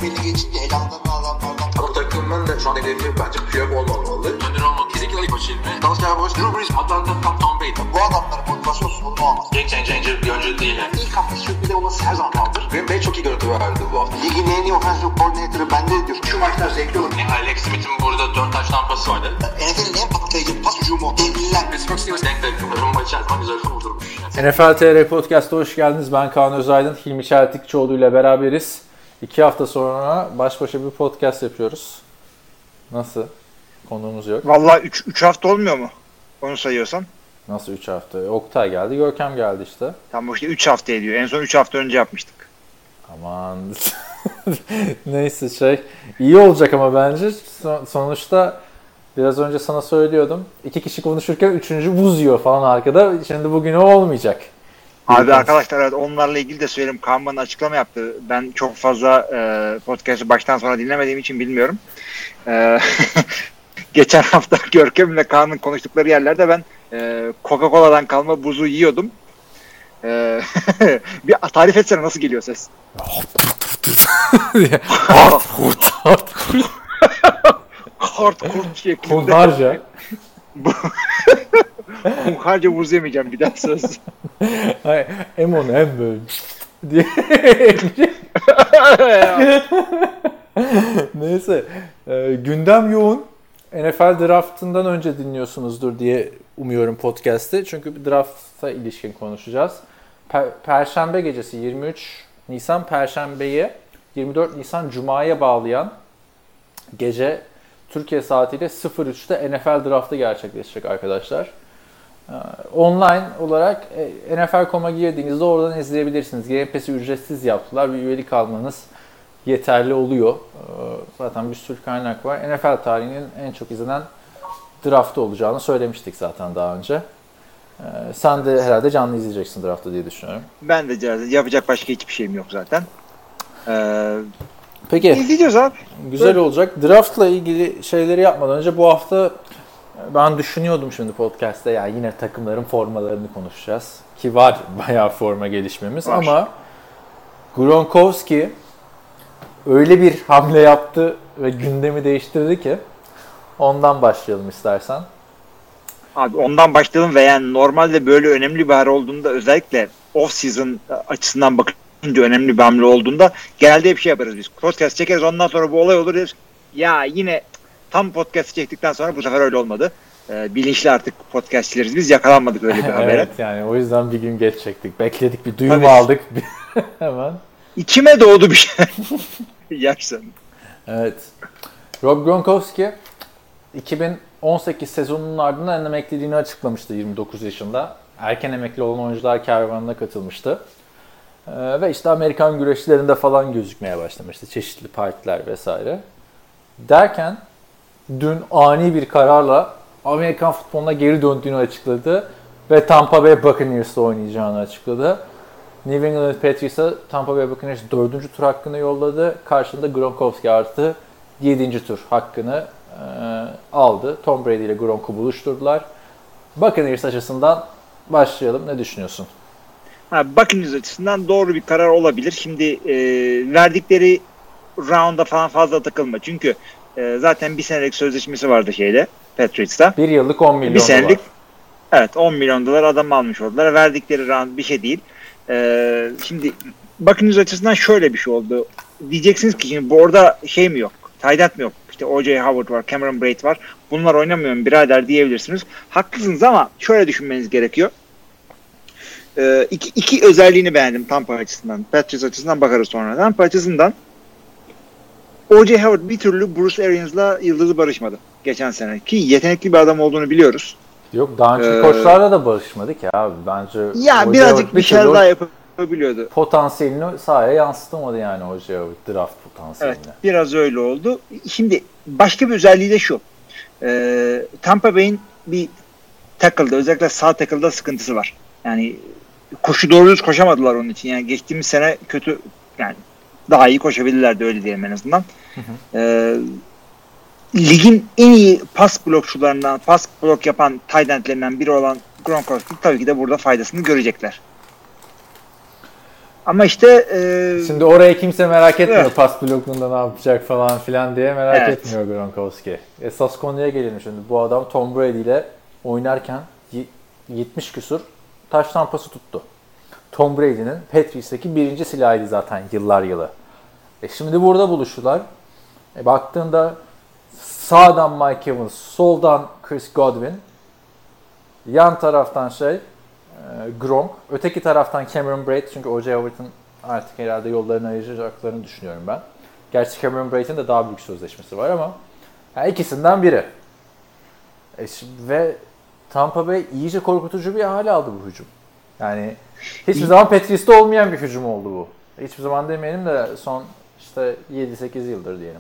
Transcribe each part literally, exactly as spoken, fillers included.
belli geçince elanlarını alanlardan. Ama takımın da şu an hedefi bence Piyok olmamalı. Önder olmalı. Kesinlikle ilk başı ilmi. Dalsya Boş, Drew Brees, Atlanta, Tom Brady. Bu adamların motivasyon sorunu olmaz. Game changer bir oyuncu değil. Yani. İlk hafta sürpriz olması her zaman kaldır. Green Bay çok iyi görüntü verdi bu hafta. Ligin en iyi offensive coordinator'ı bende diyor. Şu maçlar zevkli olur. Yani Alex Smith'in burada dört taş tampası vardı. N F L'in en patlayıcı pas hücumu. Devliler. Pittsburgh Steelers denk denk. Rumba içerisinde güzel kurdurmuş. N F L T R Podcast'a hoş geldiniz. Ben Kaan Özaydın, Hilmi Çeltikçioğlu ile beraberiz. İki hafta sonra baş başa bir podcast yapıyoruz. Nasıl? Konuğumuz yok. Vallahi üç hafta olmuyor mu? Onu sayıyorsan. Nasıl üç hafta? Oktay geldi, Görkem geldi işte. Tam işte üç hafta ediyor. En son üç hafta önce yapmıştık. Aman. Neyse şey. İyi olacak ama bence. Son, sonuçta biraz önce sana söylüyordum. İki kişi konuşurken üçüncü buz yiyor falan arkada. Şimdi bugün o olmayacak. Abi arkadaşlar evet, onlarla ilgili de söyleyeyim. Kaan bana açıklama yaptı. Ben çok fazla e, podcast'ı baştan sona dinlemediğim için bilmiyorum. E, geçen hafta Görkem'le Kaan'ın konuştukları yerlerde ben e, Coca-Cola'dan kalma buzu yiyordum. E, bir tarif etsene, nasıl geliyor ses? Kart kurt şeklinde. Hunharca. Hunharca buz yemeyeceğim bir daha söz. Hayır, hem onu hem böyle diye. Neyse, e, gündem yoğun. N F L draftından önce dinliyorsunuzdur diye umuyorum podcast'te. Çünkü bir drafta ilişkin konuşacağız. Per- Perşembe gecesi yirmi üç Nisan Perşembe'ye yirmi dört Nisan Cuma'ya bağlayan gece Türkiye saatiyle sıfır üçte N F L draftı gerçekleşecek arkadaşlar. Online olarak N F L nokta com'a girdiğinizde oradan izleyebilirsiniz. Game Pass'i ücretsiz yaptılar. Bir üyelik almanız yeterli oluyor. Zaten bir sürü kaynak var. N F L tarihinin en çok izlenen draftı olacağını söylemiştik zaten daha önce. Sen de herhalde canlı izleyeceksin draftı diye düşünüyorum. Ben de canlı. Yapacak başka hiçbir şeyim yok zaten. Ee, Peki. İzleyeceğiz abi. Güzel evet. Olacak. Draft'la ilgili şeyleri yapmadan önce bu hafta ben düşünüyordum şimdi podcast'te, yani yine takımların formalarını konuşacağız. Ki var bayağı forma gelişmemiz var. Ama Gronkowski öyle bir hamle yaptı ve gündemi değiştirdi ki ondan başlayalım istersen. Abi ondan başlayalım ve yani normalde böyle önemli bir haber olduğunda, özellikle off-season açısından bakınca önemli bir hamle olduğunda genelde hep şey yaparız biz. Podcast çekeriz, ondan sonra bu olay olur deriz. Ya yine tam podcast çektikten sonra bu sefer öyle olmadı. Ee, bilinçli artık podcastçileriz. Biz yakalanmadık öyle bir habere. Evet, yani o yüzden bir gün geç çektik. Bekledik, bir duyum Tabii. aldık. Hemen. İçime doğdu bir şey. Yersen. Evet. Rob Gronkowski iki bin on sekiz sezonunun ardından emekliliğini açıklamıştı yirmi dokuz yaşında. Erken emekli olan oyuncular kervanına katılmıştı. Ee, ve işte Amerikan güreşlerinde falan gözükmeye başlamıştı. Çeşitli partiler vesaire. Derken dün ani bir kararla Amerikan futboluna geri döndüğünü açıkladı ve Tampa Bay Buccaneers'la oynayacağını açıkladı. New England Patriots'a Tampa Bay Buccaneers dördüncü tur hakkını yolladı. Karşında Gronkowski artı yedinci tur hakkını e, aldı. Tom Brady ile Gronk'u buluşturdular. Buccaneers açısından başlayalım. Ne düşünüyorsun? Ha, Buccaneers açısından doğru bir karar olabilir. Şimdi e, verdikleri round'a falan fazla takılma. Çünkü e, zaten bir senelik sözleşmesi vardı şeyde, Patriots'ta. Bir yıllık on milyon bir senelik, dolar. Evet, on milyon dolar adam almış oldular. Verdikleri round bir şey değil. E, şimdi Buccaneers açısından şöyle bir şey oldu. Diyeceksiniz ki şimdi bu orada şey mi yok? Tight end mi yok? İşte O J Howard var, Cameron Brate var. Bunlar oynamıyor mu birader diyebilirsiniz. Haklısınız ama şöyle düşünmeniz gerekiyor. E, iki, iki özelliğini beğendim Tampa açısından. Patriots açısından bakarız sonra. Tampa açısından O J Howard bir türlü Bruce Arians'la yıldızı barışmadı geçen sene. Ki yetenekli bir adam olduğunu biliyoruz. Yok, daha önce ee, koçlarla da barışmadı ki abi. Bence ya birazcık bir şey daha yapabiliyordu. Potansiyelini sahaya yansıtamadı yani O J Howard, draft potansiyelini. Evet, biraz öyle oldu. Şimdi başka bir özelliği de şu. Ee, Tampa Bay'in bir tackle'da, özellikle sağ tackle'da sıkıntısı var. Yani koşu doğru düz koşamadılar onun için. Yani geçtiğimiz sene kötü, yani daha iyi koşabilirlerdi, öyle diyelim en azından. Hı hı. Ee, ligin en iyi pas blokçularından, pas blok yapan tight endlerinden biri olan Gronkowski tabii ki de burada faydasını görecekler. Ama işte e, Şimdi oraya kimse merak etmiyor. Evet. Pas blokunda ne yapacak falan filan diye merak Evet. etmiyor Gronkowski. Esas konuya gelelim şimdi. Bu adam Tom Brady ile oynarken y- yetmiş küsur taş tampası tuttu. Tom Brady'nin Patriots'taki birinci silahıydı zaten yıllar yılı. E şimdi burada buluştular. E baktığında sağdan Mike Evans, soldan Chris Godwin, yan taraftan şey e, Gronk, öteki taraftan Cameron Brate, çünkü O J Howard'ın artık herhalde yollarını ayıracaklarını düşünüyorum ben. Gerçi Cameron Brate'in de daha büyük sözleşmesi var ama yani ikisinden biri. E şimdi, ve Tampa Bay iyice korkutucu bir hale aldı bu hücum. Yani hiçbir zaman Patriots'ta olmayan bir hücum oldu bu. Hiçbir zaman demeyelim de son işte yedi sekiz yıldır diyelim.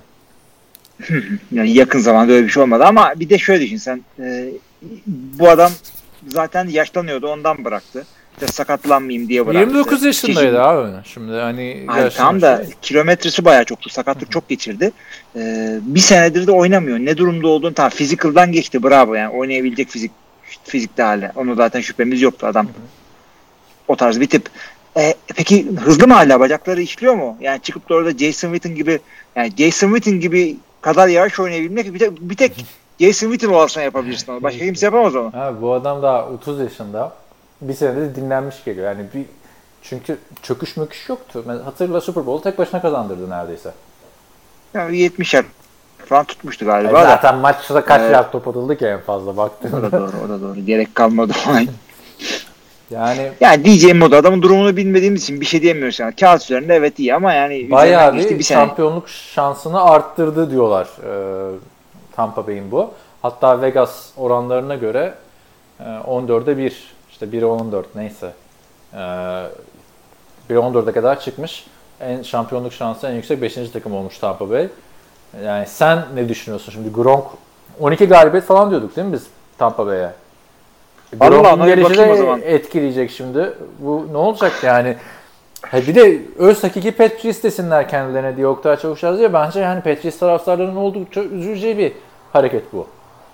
yani yakın zamanda öyle bir şey olmadı ama bir de şöyle düşün sen e, bu adam zaten yaşlanıyordu ondan bıraktı. İşte sakatlanmayayım diye bıraktı. yirmi dokuz yaşındaydı Çeşit- abi. Şimdi hani Hayır, tamam da kilometresi bayağı çoktu. Sakatlık çok geçirdi. Ee, bir senedir de oynamıyor. Ne durumda olduğunu tamam physical'dan geçti. Bravo yani. Oynayabilecek fizik fizikte hali. Onu zaten şüphemiz yoktu adam. Hı hı. O tarz bir tip. Ee, peki hızlı mı hala? Bacakları işliyor mu? Yani çıkıp da orada Jason Witten gibi yani Jason Witten gibi kadar yavaş oynayabilmek bir tek, bir tek Jason Witten olursa yapabilirsin onu. Başka kimse yapamaz onu. Abi, bu adam daha otuz yaşında. Bir senede de dinlenmiş geliyor. Yani bir çünkü çöküş möküş yoktu. Hatırla Super Bowl'u tek başına kazandırdı neredeyse. Yani yetmiş yard falan tutmuştu galiba. E da. zaten maçta kaç Evet. yard top atıldı ki en fazla baktığında. O da doğru, o da doğru. Gerek kalmadı o ay. Yani Yani diyeceğim o da adamın durumunu bilmediğimiz için bir şey diyemiyoruz yani. Kağıt üzerinde evet iyi ama yani bayağı geçti bir, bir sene. şampiyonluk şansını arttırdı diyorlar e, Tampa Bay'in bu. Hatta Vegas oranlarına göre e, on dörde bir, işte bire on dört neyse. E, bire on dörde kadar çıkmış. En şampiyonluk şansı en yüksek beşinci takım olmuş Tampa Bay. Yani sen ne düşünüyorsun şimdi? Gronk on iki galibiyet falan diyorduk değil mi biz Tampa Bay'e? Vallahi Gronk'un ona bir gelişi bakayım o de zaman. etkileyecek şimdi. Bu ne olacak yani? Ha bir de öz hakiki Patriots desinler kendilerine diye Oktay Çavuşlar diye. Bence yani Patriots taraftarlarının oldukça üzüleceği bir hareket bu.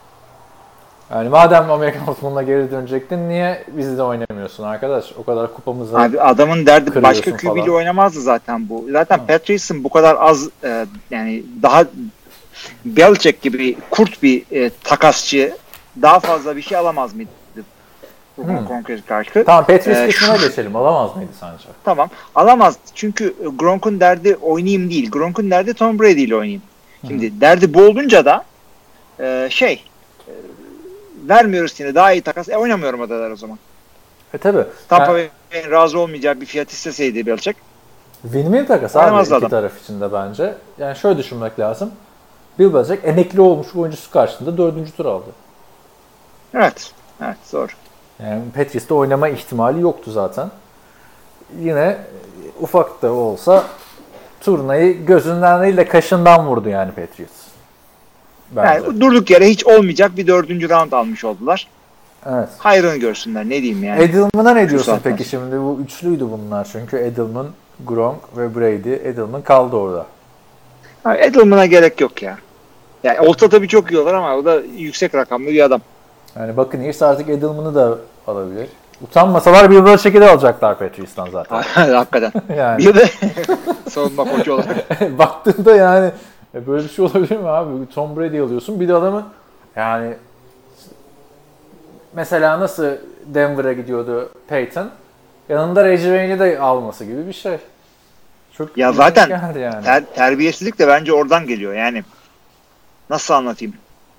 Yani madem Amerikan futboluna geri dönecektin niye bizde oynamıyorsun arkadaş? O kadar kupamızı Abi adamın derdi başka kırıyorsun Q B ile falan. oynamazdı zaten bu. Zaten Hı. Patrice'in bu kadar az e, yani daha Belichick gibi kurt bir e, takasçı daha fazla bir şey alamaz mıydı? Bu Hı. konkret karşı. Tamam Patriots Ee, kısmına şu- geçelim. Alamaz mıydı sence? Tamam. Alamaz. Çünkü Gronk'un derdi oynayayım değil. Gronk'un derdi Tom Brady ile oynayayım. Şimdi Hı. derdi bu olunca da e, şey e, vermiyoruz seni daha iyi takas. E oynamıyorum o derler o zaman. E tabi. Tampa Yani, Bay'in razı olmayacağı bir fiyat isteseydi Belichick. win-win takas abi Oynamaz iki adam. taraf için de bence. Yani şöyle düşünmek lazım. Bill Belichick emekli olmuş oyuncusu karşısında dördüncü tur aldı. Evet. Evet zor. Yani Patriots'ta oynama ihtimali yoktu zaten. Yine e, ufak da olsa turnayı gözünden değil de kaşından vurdu yani Patriots. Bence. Yani durduk yere hiç olmayacak bir dördüncü round almış oldular. Evet. Hayrını görsünler ne diyeyim yani. Edelman'a ne Şu diyorsun saatten peki şimdi? Bu üçlüydü bunlar çünkü Edelman, Gronk ve Brady. Edelman kaldı orada. Ha, Edelman'a gerek yok ya. Yani olsa tabii çok iyi olur ama o da yüksek rakamlı bir adam. Yani bakın Eagles artık Edelman'ı da alabilir. Utanmasalar Bill Belichick'i de alacaklar Patriots'tan zaten. Hakikaten. Yani Bir de savunma koçu olarak. baktığında yani e, böyle bir şey olabilir mi abi? Tom Brady alıyorsun bir de adamı yani mesela nasıl Denver'a gidiyordu Peyton yanında Reggie Wayne'i de alması gibi bir şey. Çok Ya ilginç zaten geldi yani. ter, terbiyesizlik de bence oradan geliyor yani. Nasıl anlatayım?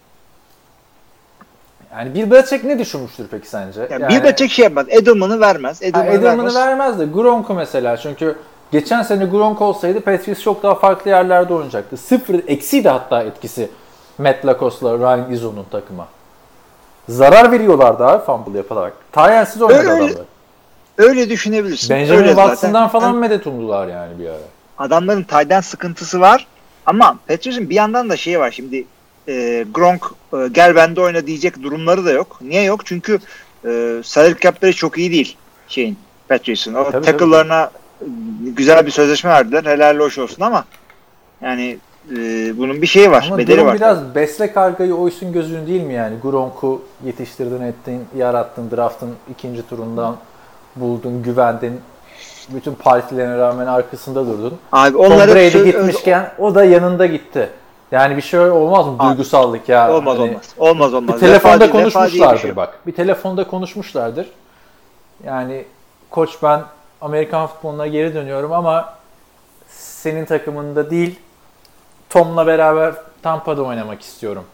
Yani Bill Belichick ne düşünmüştür peki sence? Yani, Yani, bir bacak şey yapmaz. Edelman'ı vermez. ha, Edelman'ı, Edelman'ı vermez. vermez de Gronk'u mesela çünkü geçen sene Gronk olsaydı Patriots çok daha farklı yerlerde oynayacaktı. Sıfır eksi de hatta etkisi Matt LaCoste'la Ryan Izzo'nun takıma. Zarar veriyorlardı abi fumble yaparak. Tayensiz oynadı Öyle, öyle. adamlar. Öyle düşünebilirsin. Benjamin Öyle Watson'dan zaten. falan Yani medet umdular yani bir ara. adamların tight end sıkıntısı var. Ama Patriots'ın bir yandan da şeyi var. Şimdi e, Gronk e, gel bende oyna diyecek durumları da yok. Niye yok? Çünkü e, salary cap'leri çok iyi değil şeyin Patriots'ın. O Tabii, tackle'larına e, güzel bir sözleşme verdiler. Helal hoş olsun ama yani e, bunun bir şeyi var. Ama bedeli durum var. biraz besle kargayı oysun gözün değil mi yani? Gronk'u yetiştirdin, ettin, yarattın, draft'ın ikinci turundan buldun, güvendin. Bütün partilerine rağmen arkasında durdun. Abi Tom onları Brady sö- gitmişken o da yanında gitti. Yani bir şey olmaz mı? Abi, Duygusallık ya. olmaz Hani olmaz. Olmaz olmaz. bir telefonda Vefa değil, vefa diye bir konuşmuşlardır şey yok. bak. Bir telefonda konuşmuşlardır. Yani koç ben Amerikan futboluna geri dönüyorum ama senin takımında değil Tom'la beraber Tampa'da oynamak istiyorum.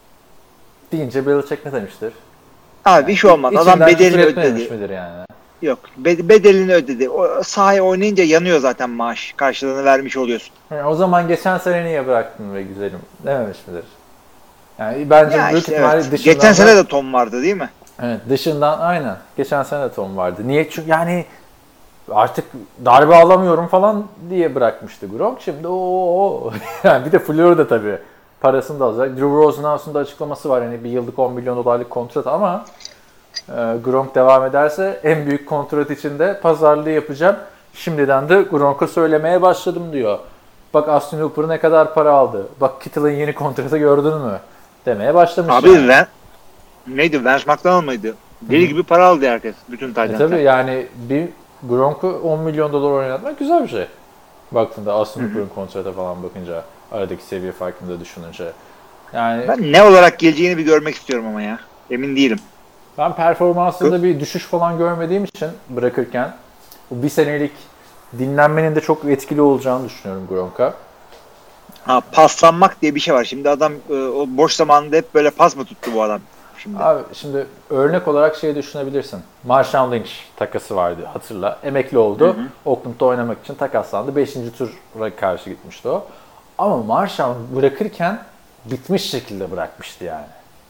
Deyince Belichick ne demiştir? Abi bir şey olmaz. Adam İçinden bedelini küfür etmemiş ödedi. midir yani? Yok. be- Bedelini ödedi. O sahaya oynayınca yanıyor zaten maaş. Karşılığını vermiş oluyorsun. Yani o zaman geçen sene niye bıraktın be güzelim dememiş midir? Yani bence Ya büyük işte ihtimalle evet. dışından Geçen da- sene de Tom vardı değil mi? Evet, dışından aynen. Geçen sene de Tom vardı. Niye? Çünkü yani artık darbe alamıyorum falan diye bırakmıştı Gronk. Şimdi o o yani bir de Florida tabii parasını da alacak. Drew Rosenhaus'un da açıklaması var. Yani bir yıllık on milyon dolarlık kontrat ama e, Gronk devam ederse en büyük kontrat içinde pazarlığı yapacağım. Şimdiden de Gronk'a söylemeye başladım diyor. Bak Austin Hooper ne kadar para aldı. Bak Kittle'ın yeni kontratı gördün mü? Demeye başlamış. Abi yani. Ven, neydi? Vance McDonald mıydı? Deli gibi para aldı herkes. Bütün E Tayland'da. tabii yani bir Gronk'u on milyon dolar oynatmak güzel bir şey. Baktığında Austin Hooper'ın kontratı falan bakınca aradaki seviye farkını da düşününce. Yani ben, Ben ne olarak geleceğini bir görmek istiyorum ama ya. Emin değilim. performansında bir düşüş falan görmediğim için bırakırken bu bir senelik dinlenmenin de çok etkili olacağını düşünüyorum Gronk'a. Ha, paslanmak diye bir şey var. Şimdi adam e, o boş zamanında hep böyle pas mı tuttu bu adam? Şimdi. Abi şimdi örnek olarak şey düşünebilirsin. Marshawn Lynch takası vardı hatırla. Emekli oldu. Hı hı. Oakland'da oynamak için takaslandı. Beşinci tura karşı gitmişti o. Ama Marshawn bırakırken bitmiş şekilde bırakmıştı yani.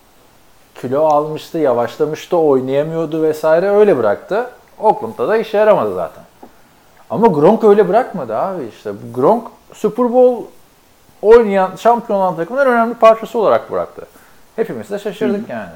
Kilo almıştı, yavaşlamıştı, oynayamıyordu vesaire öyle bıraktı. Oakland'da da işe yaramadı zaten. Ama Gronk öyle bırakmadı abi işte. Gronk Super Bowl oynayan, şampiyon olan takımın en önemli parçası olarak bıraktı. Hepimiz de şaşırdık yani.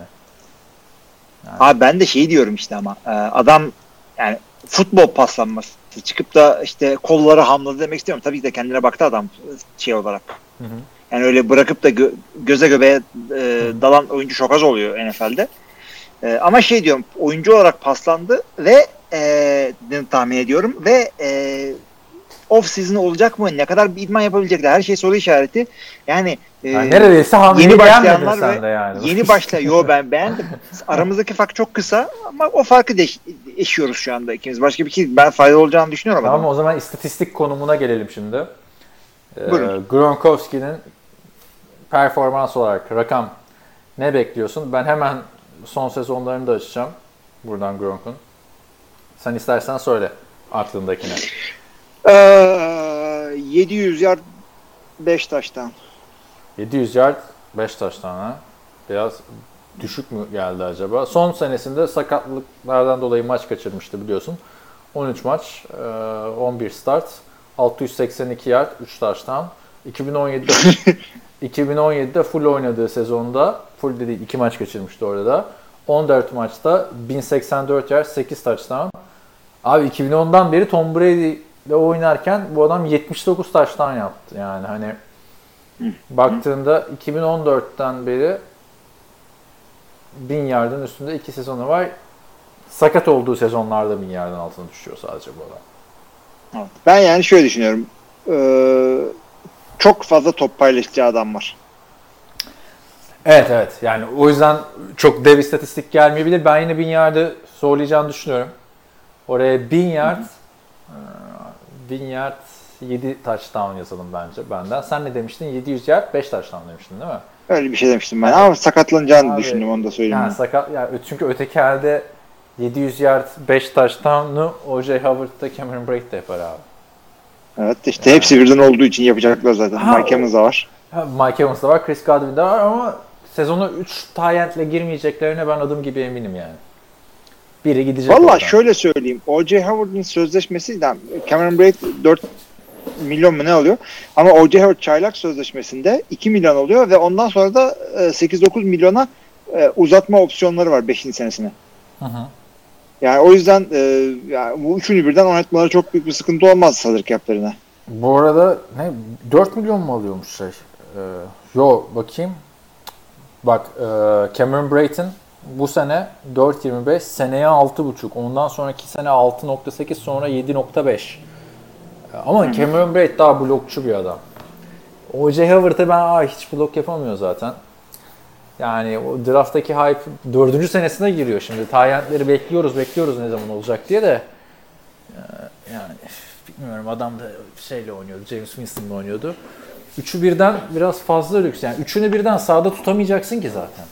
yani. Abi ben de şey diyorum işte ama e, adam yani futbol paslanması çıkıp da işte kolları hamladı demek istiyorum. Tabii ki de kendine baktı adam şey olarak. Hı hı. Yani öyle bırakıp da gö- göze göbeğe e, dalan oyuncu çok az oluyor N F L'de. E, ama şey diyorum oyuncu olarak paslandı ve e, tahmin ediyorum ve e, off season olacak mı? Ne kadar bir idman yapabilecekler? Her şey soru işareti. Yani, e, yani neredeyse hamleyi yeni beğenmedin başlayanlar sen de ve yani. yeni başla. Yo ben beğendim. Aramızdaki fark çok kısa ama o farkı deş- eşiyoruz şu anda ikimiz. Başka bir şey ben faydalı olacağını düşünüyorum. Tamam adamın. o zaman istatistik konumuna gelelim şimdi. Ee, Buyurun. Gronkowski'nin performans olarak rakam ne bekliyorsun? Ben hemen son sezonlarını da açacağım. Buradan Gronk'un. Sen istersen söyle aklındakine. Ee, yedi yüz yard beş taştan. yedi yüz yard beş taştan ha. Biraz düşük mü geldi acaba? Son senesinde sakatlıklardan dolayı maç kaçırmıştı biliyorsun. on üç maç, on bir start, altı yüz seksen iki yard, üç taştan. iki bin on yedide iki bin on yedide full oynadığı sezonda, full de değil iki maç kaçırmıştı orada da. on dört maçta bin seksen dört yard, sekiz taştan. Abi iki bin ondan beri Tom Brady ile oynarken bu adam yetmiş dokuz taştan yaptı. Yani hani baktığında iki bin on dörtten beri bin yardın üstünde iki sezonu var. Sakat olduğu sezonlarda bin yardın altına düşüyor sadece bu adam. Ben yani şöyle düşünüyorum. Ee, çok fazla top paylaşacağı adam var. Evet evet yani o yüzden çok dev istatistik gelmeyebilir. Ben yine bin yardı zorlayacağını düşünüyorum. Oraya bin yard bin yard yedi touchdown yazalım bence benden. Sen ne demiştin? yedi yüz yard beş touchdown demiştin değil mi? Öyle bir şey demiştim ben ama sakatlanacağını Abi, düşündüm onu da söyleyeyim. Yani sakat yani çünkü öteki halde yedi yüz yard beş touchdown'u O J Howard'da Cameron Brate de yapar abi. Evet işte yani. Hepsi birden olduğu için yapacaklar zaten. Ha, Mike Evans da var. Ha, Mike Evans da var, Chris Godwin de var ama sezona üç tayentle girmeyeceklerine ben adım gibi eminim yani. Biri gidecek. Valla oradan. şöyle söyleyeyim. O J Howard'ın sözleşmesi Cameron Brate dört milyon mu ne alıyor? Ama O J Howard çaylak sözleşmesinde iki milyon oluyor ve ondan sonra da sekiz dokuz milyona uzatma opsiyonları var beşinci senesine. Hı hı. Yani o yüzden e, yani bu üçünü birden oynatmaları çok büyük bir sıkıntı olmaz salary cap'lerine. Bu arada ne dört milyon mu alıyormuş şey? Ee, yo bakayım. Bak e, Cameron Brayton bu sene dört yirmi beş, seneye altı buçuk. Ondan sonraki sene altı nokta sekiz, sonra yedi nokta beş. Ama Cameron Braid daha blokçu bir adam. O J. Howard'a ben Aa, hiç blok yapamıyor zaten. Yani o drafttaki hype dördüncü senesine giriyor şimdi. Tayyentleri bekliyoruz, bekliyoruz ne zaman olacak diye de. Yani bilmiyorum, adam da şeyle oynuyordu, James Winston'la oynuyordu. Üçü birden biraz fazla lüks. Yani üçünü birden sahada tutamayacaksın ki zaten.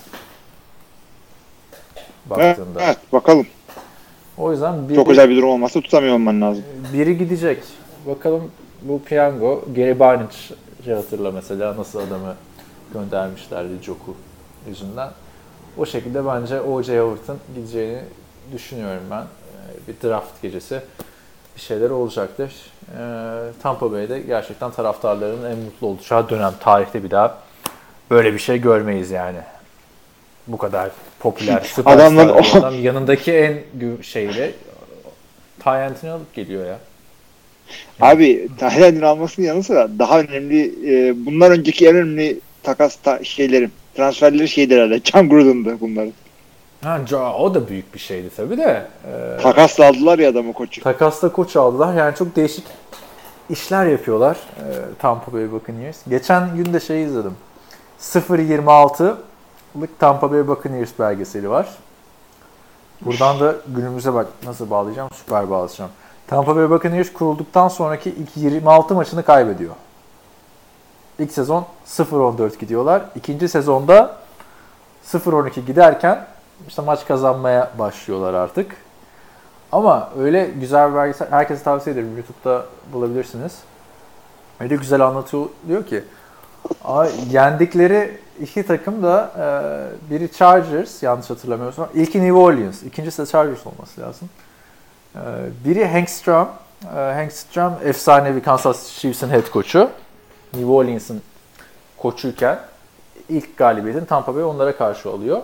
Baktığında. Evet, evet, bakalım. O yüzden biri, çok özel bir durum olmazsa tutamıyor olman lazım. Biri gidecek. Bakalım bu piyango. Gary Barnage'ı hatırla mesela, nasıl adamı göndermişlerdi Joku yüzünden. O şekilde bence O J. Howard'ın gideceğini düşünüyorum ben. Bir draft gecesi bir şeyler olacaktır. Tampa Bay'de gerçekten taraftarların en mutlu olacağı dönem. Tarihte bir daha böyle bir şey görmeyiz yani. Bu kadar popüler, süperstar bir adam yanındaki en şeyle Tyent'ini alıp geliyor ya. Abi Tyent'ini almasının yanı sıra daha önemli, e, bunlar önceki en önemli takas ta- şeylerim, transferleri şeydir herhalde. John Gruden'dı bunların. Ha, o da büyük bir şeydi tabii de. Ee, Takasla aldılar ya adamı, koçu. Takasla koç aldılar. Yani çok değişik işler yapıyorlar e, Tampa Bay Buccaneers. Geçen gün de şey izledim. sıfır yirmi altılık Tampa Bay Buccaneers belgeseli var. Buradan da günümüze bak nasıl bağlayacağım, süper bağlayacağım. Tampa Bay Buccaneers kurulduktan sonraki ilk yirmi altı maçını kaybediyor. İlk sezon sıfır on dört gidiyorlar. İkinci sezonda sıfır on iki giderken işte maç kazanmaya başlıyorlar artık. Ama öyle güzel bir belgesel, herkese tavsiye ederim. YouTube'da bulabilirsiniz. Öyle güzel anlatıyor, diyor ki yendikleri iki takım da e, biri Chargers, yanlış hatırlamıyorsam. İlki New Orleans, ikincisi de Chargers olması lazım. E, biri Hank Stram. E, Hank Stram efsanevi Kansas Chiefs'in head koçu. New Orleans'ın koçuyken ilk galibiyetini Tampa Bay onlara karşı alıyor.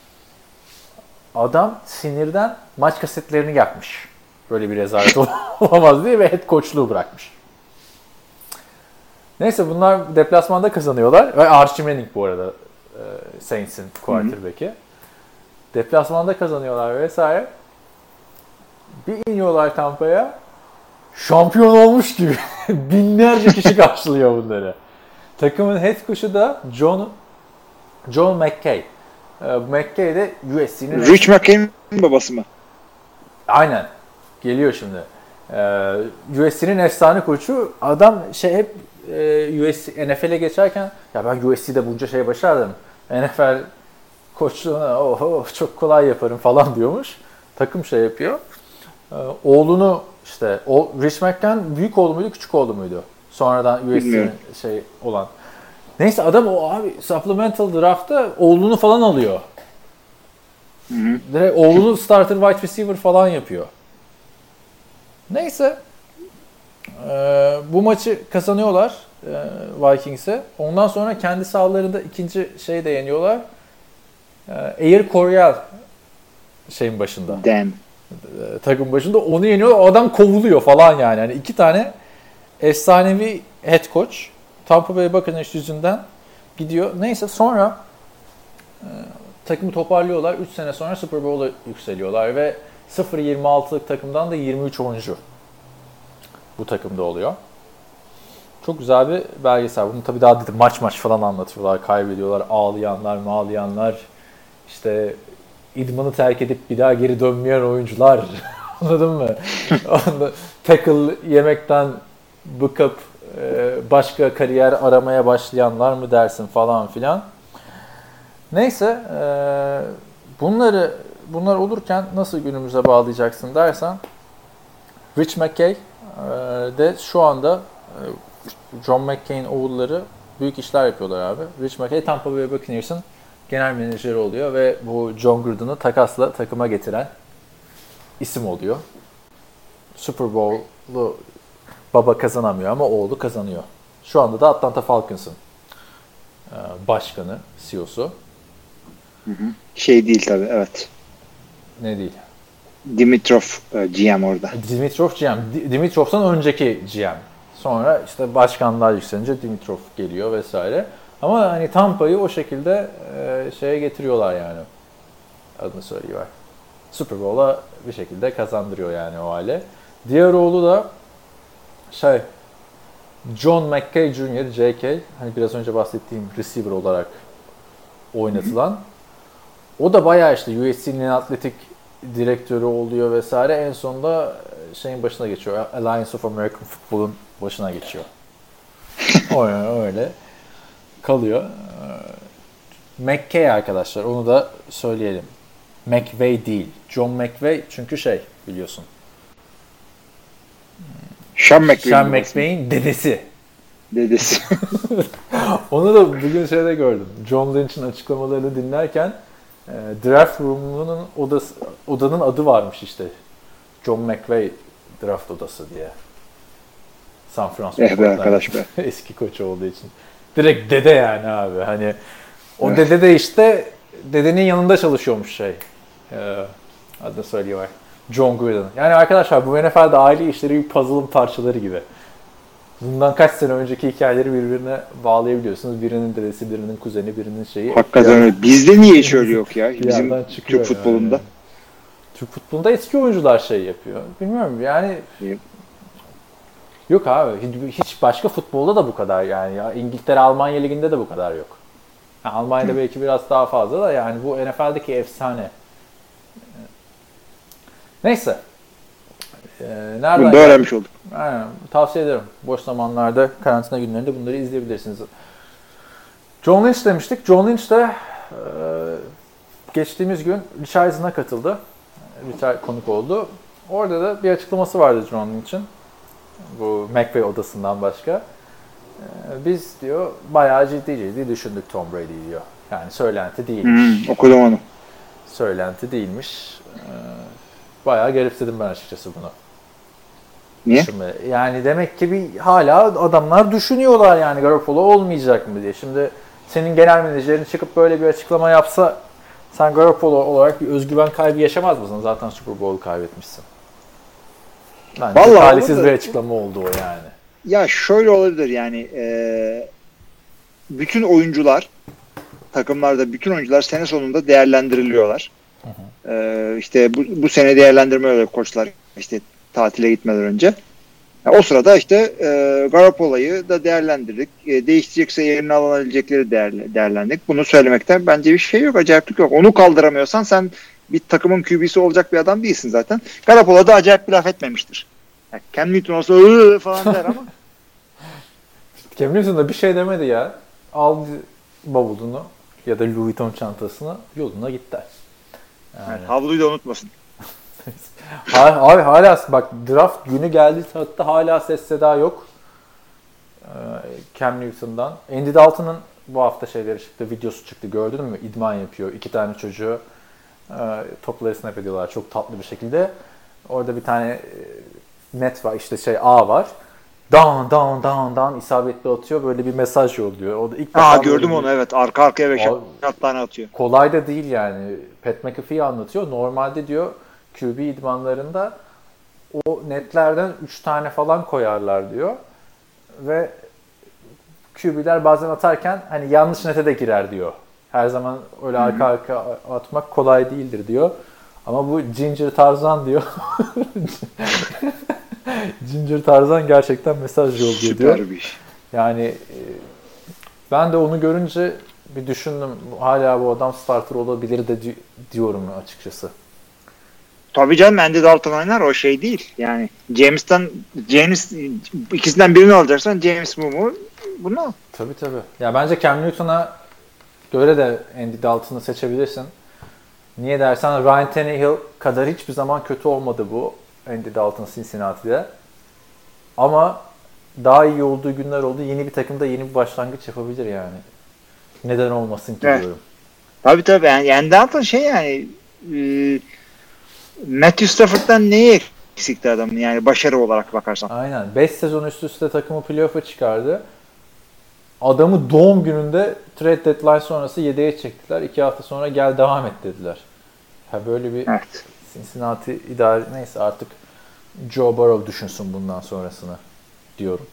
Adam sinirden maç kasetlerini yakmış. Böyle bir rezalet olamaz diye ve head koçluğu bırakmış. Neyse bunlar deplasmanda kazanıyorlar. Ve Archie Manning bu arada e, Saints'in quarterback'i. Deplasmanda kazanıyorlar vesaire. Bir iniyorlar Tampa'ya. Şampiyon olmuş gibi. Binlerce kişi karşılıyor bunları. Takımın head coach'u da John John McKay. McKay de U S C'nin... Rich McKay'in babası mı? Aynen. Geliyor şimdi. Ee, U S C'nin efsane koçu. Adam şey hep e, U S C, N F L'e geçerken ya ben U S C'de bunca şey başardım. N F L koçluğuna oh, oh, çok kolay yaparım falan diyormuş. Takım şey yapıyor. Ee, oğlunu işte o Rich McKay büyük oğlu muydu, küçük oğlu muydu? Sonradan U S C'nin şey olan. Neyse adam o abi supplemental draft'ta oğlunu falan alıyor. Hı hı. Direkt oğlunu starter wide receiver falan yapıyor. Neyse. Ee, bu maçı kazanıyorlar e, Vikings'e. Ondan sonra kendi sahalarında ikinci şeyi de yeniyorlar. Ee, Air Coryell şeyin başında. Damn. E, takım başında onu yeniyor. O adam kovuluyor falan yani. Yani iki tane efsanevi head coach Tampa Bay Buccaneers yüzünden gidiyor. Neyse sonra e, takımı toparlıyorlar. üç sene sonra Super Bowl'a yükseliyorlar ve sıfır yirmi altılık takımdan da yirmi üç oyuncu bu takımda oluyor. Çok güzel bir belgesel. Bunu tabii daha dedim, maç maç falan anlatıyorlar. Kaybediyorlar. Ağlayanlar, mağlayanlar. İşte idmanı terk edip bir daha geri dönmeyen oyuncular. Anladın mı? Tackle yemekten bıkıp başka kariyer aramaya başlayanlar mı dersin falan filan. Neyse bunları bunlar olurken nasıl günümüze bağlayacaksın dersen Rich McKay de şu anda John McKay'in oğulları büyük işler yapıyorlar abi. Rich McKay Tampa Bay Buccaneers'ın genel menajeri oluyor ve bu John Gruden'ı takasla takıma getiren isim oluyor. Super Bowl'u baba kazanamıyor ama oğlu kazanıyor. Şu anda da Atlanta Falcons'ın başkanı, C E O'su. Hı hı. Şey değil tabii, evet. Ne değil? Dimitrov G M orada. Dimitrov G M. Dimitrov'tan önceki G M. Sonra işte başkanlar yükselince Dimitrov geliyor vesaire. Ama hani Tampa'yı o şekilde e, şeye getiriyorlar yani. adını söyleyeyim. Super Bowl'a bir şekilde kazandırıyor yani o hale. Diğer oğlu da şey John McKay Junior J K, hani biraz önce bahsettiğim receiver olarak oynatılan. O da bayağı işte U S C'nin atletik direktörü oluyor vesaire. En sonunda şeyin başına geçiyor. Alliance of American Football'un başına geçiyor. öyle, öyle kalıyor. McKay arkadaşlar, onu da söyleyelim. McVay değil. John McVay çünkü şey biliyorsun. Sean McVay'in, Sean McVay'in dedesi. Dedesi. Onu da bugün şeyde gördüm. John Lynch'in açıklamalarını dinlerken e, draft room'unun odası, odanın adı varmış işte. John McVay draft odası diye. San Francisco. Eh be arkadaş be. Eski koçu olduğu için. Direkt dede yani abi. Hani o Evet. dede de işte dedenin yanında çalışıyormuş şey. Ee, adını söylüyorlar. John Gruden. Yani arkadaşlar bu N F L'de aile işleri bir puzzle'ın parçaları gibi. Bundan kaç sene önceki hikayeleri birbirine bağlayabiliyorsunuz. Birinin dedesi, birinin kuzeni, birinin şeyi. Hakikaten öyle. Bizde niye hiç öyle yok ya? Bir Bizim yerden çıkıyor Türk futbolunda. yani. Türk futbolunda eski oyuncular şey yapıyor. Bilmiyorum yani. Yok. Yok abi. Hiç başka futbolda da bu kadar yani. Ya İngiltere, Almanya liginde de bu kadar yok. Yani Almanya'da belki biraz daha fazla da yani bu N F L'deki efsane. Neyse. Ee, nereden Bunu da öğrenmiş olduk. Aynen. Tavsiye ederim. Boş zamanlarda, karantina günlerinde bunları izleyebilirsiniz. John Lynch demiştik. John Lynch de e, geçtiğimiz gün Rich Eisen'a katıldı. Rich konuk oldu. Orada da bir açıklaması vardı John Lynch'in. Bu McVay odasından başka. E, biz diyor bayağı ciddi ciddi düşündük Tom Brady diyor. Yani söylenti değilmiş. Hmm, okudum onu. Söylenti değilmiş. E, bayağı garipsedim ben açıkçası bunu. Niye? Düşünme. Yani demek ki bir hala adamlar düşünüyorlar yani Garoppolo olmayacak mı diye. Şimdi senin genel menajerin çıkıp böyle bir açıklama yapsa sen Garoppolo olarak bir özgüven kaybı yaşamaz mısın? Zaten Super Bowl'u kaybetmişsin. Bence Vallahi talihsiz olur da- bir açıklama oldu o yani. Ya şöyle olabilir yani e, bütün oyuncular takımlarda bütün oyuncular sene sonunda değerlendiriliyorlar. Hı hı. E, işte bu, bu sene değerlendirme oluyor koçlar işte tatile gitmeden önce. Ya o sırada işte e, Garoppolo'yu da değerlendirdik. E, değişecekse yerine alınabilecekleri değerli, değerlendirdik. Bunu söylemekten bence bir şey yok, acayiplik yok. Onu kaldıramıyorsan sen bir takımın Q B'si olacak bir adam değilsin zaten. Garoppolo da acayip bir laf etmemiştir. Ya Cam Newton olsa ıı falan der ama. Cam Newton da bir şey demedi ya. Aldı bavulunu ya da Louis Vuitton çantasını yoluna gitti. Yani. Havluyu da unutmasın. Abi hala bak draft günü geldi hatta hala ses seda yok. Ee, Cam Newton'dan. Andy Dalton'ın bu hafta şeyleri çıktı, videosu çıktı, gördün mü? İdman yapıyor. İki tane çocuğu e, topları snap ediyorlar çok tatlı bir şekilde. Orada bir tane e, net var işte şey A var. Down down down down isabetli atıyor. Böyle bir mesaj yolluyor. O da ilk Aa defa gördüm böyle onu evet. Arka arkaya beş Abi- tane atıyor. kolay da değil yani. Pat McAfee anlatıyor. Normalde diyor Q B idmanlarında o netlerden üç tane falan koyarlar diyor. Ve Q B'ler bazen atarken hani yanlış nete de girer diyor. Her zaman öyle arka arka atmak kolay değildir diyor. Ama bu Ginger Tarzan diyor. Ginger Tarzan gerçekten mesaj yolluyor diyor. Süper bir iş. Yani e, ben de onu görünce bir düşündüm. Hala bu adam starter olabilir de di- diyorum açıkçası. Tabii canım Andy Dalton oynar o şey değil. Yani James'ten James ikisinden birini alacaksan James bu mu? Bunu al. Tabii tabii. Ya bence Cam Newton'a göre de Andy Dalton'ı seçebilirsin. Niye dersen Ryan Tannehill kadar hiçbir zaman kötü olmadı bu Andy Dalton Cincinnati'de. Ama daha iyi olduğu günler oldu. Yeni bir takımda yeni bir başlangıç yapabilir yani. Neden olmasın ki Evet. diyorum. Tabii tabii. Yani Andy Dalton şey yani e, Matthew Stafford'dan neyi eksikti adamın yani başarı olarak bakarsan. Aynen. beş sezon üst üste takımı playoff'a çıkardı. Adamı doğum gününde trade deadline sonrası yedeğe çektiler. iki hafta sonra gel devam et dediler. Ha böyle bir Evet. Cincinnati idare neyse artık Joe Burrow düşünsün bundan sonrasını diyorum.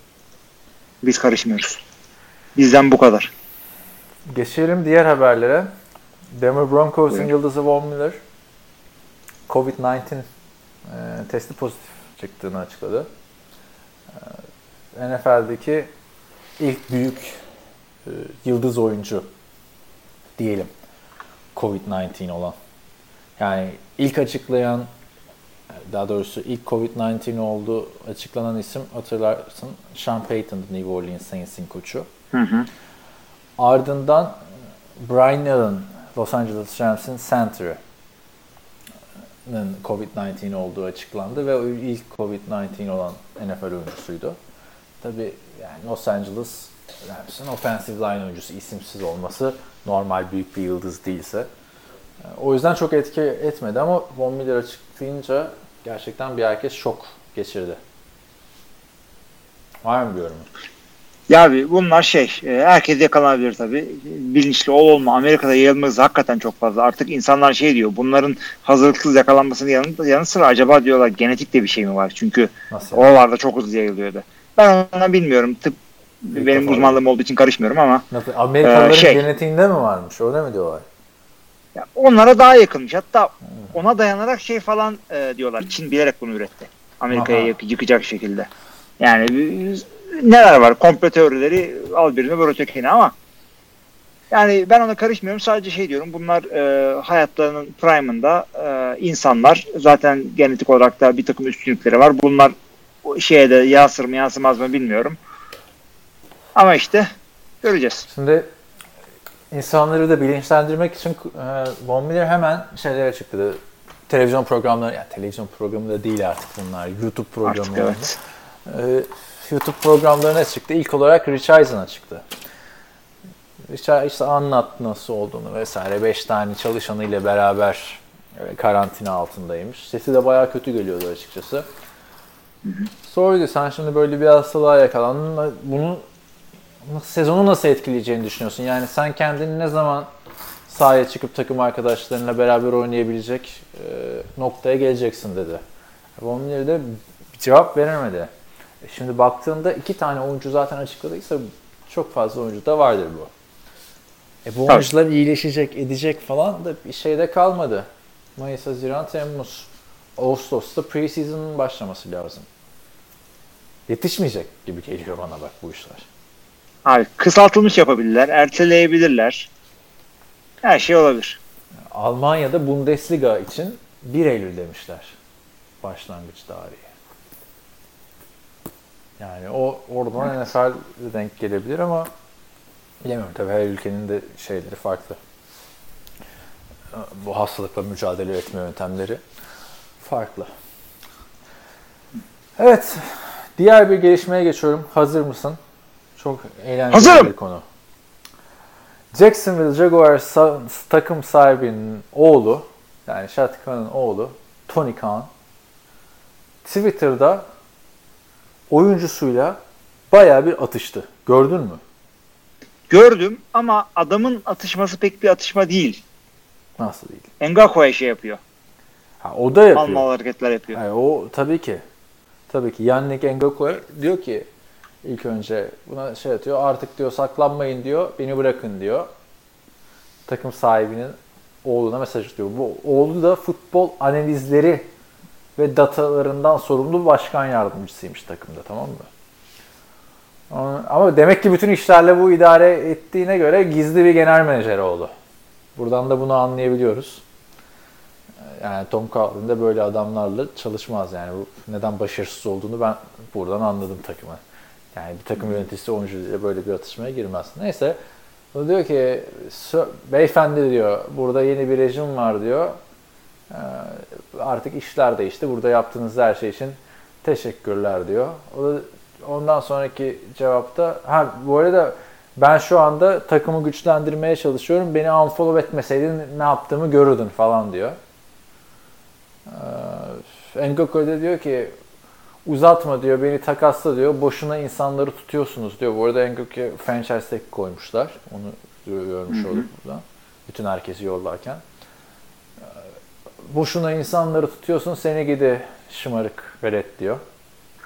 Biz karışmıyoruz. Bizden bu kadar. Geçelim diğer haberlere. Denver Broncos'un Buyurun. yıldızı Von Miller covid on dokuz e, testi pozitif çıktığını açıkladı. E, N F L'deki ilk büyük e, yıldız oyuncu diyelim covid on dokuz olan. Yani ilk açıklayan, daha doğrusu ilk covid on dokuz olduğu açıklanan isim hatırlarsın Sean Payton'dı, New Orleans Saints'in koçu. Hı hı. Ardından Brian Allen, Los Angeles Rams'in center'ının covid on dokuz olduğu açıklandı ve o ilk covid on dokuz olan N F L oyuncusuydu. Tabii yani Los Angeles Rams'in offensive line oyuncusu isimsiz olması normal büyük bir yıldız değilse. O yüzden çok etki etmedi ama Von Miller açıklayınca gerçekten bir herkes şok geçirdi. Var mı bir yorumun? Ya abi bunlar şey, e, herkes yakalanabilir tabii. Bilinçli ol olma. Amerika'da yayılma hızı hakikaten çok fazla. Artık insanlar şey diyor, bunların hazırlıksız yakalanmasının yanı, yanı sıra acaba diyorlar genetik de bir şey mi var? Çünkü Nasıl yani? oralarda çok hızlı yayılıyordu. Ben ona bilmiyorum. Tıp İlk benim defa uzmanlığım olduğu için karışmıyorum ama Nasıl? Amerikalıların Ee, şey. genetiğinde mi varmış? Öyle mi diyorlar? ya onlara daha yakınmış. Hatta ona dayanarak şey falan e, diyorlar. Çin bilerek bunu üretti. Amerika'ya Aha. yık- yıkacak şekilde. Yani e, neler var? Komplo teorileri al birini vur ötekini ama yani ben ona karışmıyorum. Sadece şey diyorum. Bunlar e, hayatlarının prime'ında e, insanlar. Zaten genetik olarak da bir takım üstünlükleri var. Bunlar o şeye de yansır mı yansımaz mı bilmiyorum. Ama işte göreceğiz. Şimdi insanları da bilinçlendirmek için e, Von Miller hemen şeyler açıkladı. Televizyon programları, yani televizyon programı da değil artık bunlar. YouTube programı Artık oldu. evet. E, YouTube programlarına çıktı. İlk olarak Rich Eisen'a çıktı. Rich Eisen işte anlattı nasıl olduğunu vesaire. Beş tane çalışanıyla beraber e, karantina altındaymış. Sesi de bayağı kötü geliyordu açıkçası. Sordu, sen şimdi böyle bir hastalığa yakalandın. Bunu sezonu nasıl etkileyeceğini düşünüyorsun? Yani sen kendini ne zaman sahaya çıkıp takım arkadaşlarınla beraber oynayabilecek e, noktaya geleceksin dedi. Von Miller de bir cevap veremedi. E şimdi baktığında iki tane oyuncu zaten açıkladıysa çok fazla oyuncu da vardır bu. E bu oyuncular iyileşecek, edecek falan da bir şey de kalmadı. Mayıs, Haziran, Temmuz, Ağustos'ta pre-season'ın başlaması lazım. Yetişmeyecek gibi geliyor bana bak bu işler. Abi kısaltılmış yapabilirler, erteleyebilirler. Her şey olabilir. Almanya'da Bundesliga için bir Eylül demişler başlangıç tarihi. Yani o oradan N F L denk gelebilir ama bilemiyorum tabii, her ülkenin de şeyleri farklı. Bu hastalıkla mücadele etme yöntemleri farklı. Evet, diğer bir gelişmeye geçiyorum. Hazır mısın? Çok eğlenceli Hazırım. bir konu. Jacksonville Jaguars takım sahibinin oğlu, yani Shad Khan'ın oğlu Tony Khan Twitter'da oyuncusuyla bayağı bir atıştı. Gördün mü? Gördüm ama adamın atışması pek bir atışma değil. Nasıl değil? Ngakoue şey yapıyor. Ha, o da yapıyor. Mal mal hareketler yapıyor. Yani o tabii ki. Tabii ki. Yannick Ngakoue diyor ki ilk önce buna şey atıyor. Artık diyor saklanmayın diyor. Beni bırakın diyor. Takım sahibinin oğluna mesaj atıyor. Bu oğlu da futbol analizleri ve datalarından sorumlu başkan yardımcısıymış takımda, tamam mı? Ama demek ki bütün işlerle bu idare ettiğine göre gizli bir genel menajer oğlu. Buradan da bunu anlayabiliyoruz. Yani Tom Coughlin de böyle adamlarla çalışmaz yani. Bu neden başarısız olduğunu ben buradan anladım takımı. Yani bir takım yöneticisi oyuncuyla böyle bir atışmaya girmez. Neyse. O diyor ki beyefendi diyor, burada yeni bir rejim var diyor. Artık işler değişti. Burada yaptığınız her şey için teşekkürler diyor. O da ondan sonraki cevapta ha bu arada ben şu anda takımı güçlendirmeye çalışıyorum. Beni unfollow etmeseydin ne yaptığımı görürdün falan diyor. Ee, Ngakoue de diyor ki uzatma diyor, beni takasla diyor. Boşuna insanları tutuyorsunuz diyor. Bu arada Ngakoue franchise tag koymuşlar. Onu görmüş olduk buradan. Bütün herkesi yollarken. Ee, boşuna insanları tutuyorsun, seni gidi şımarık velet diyor.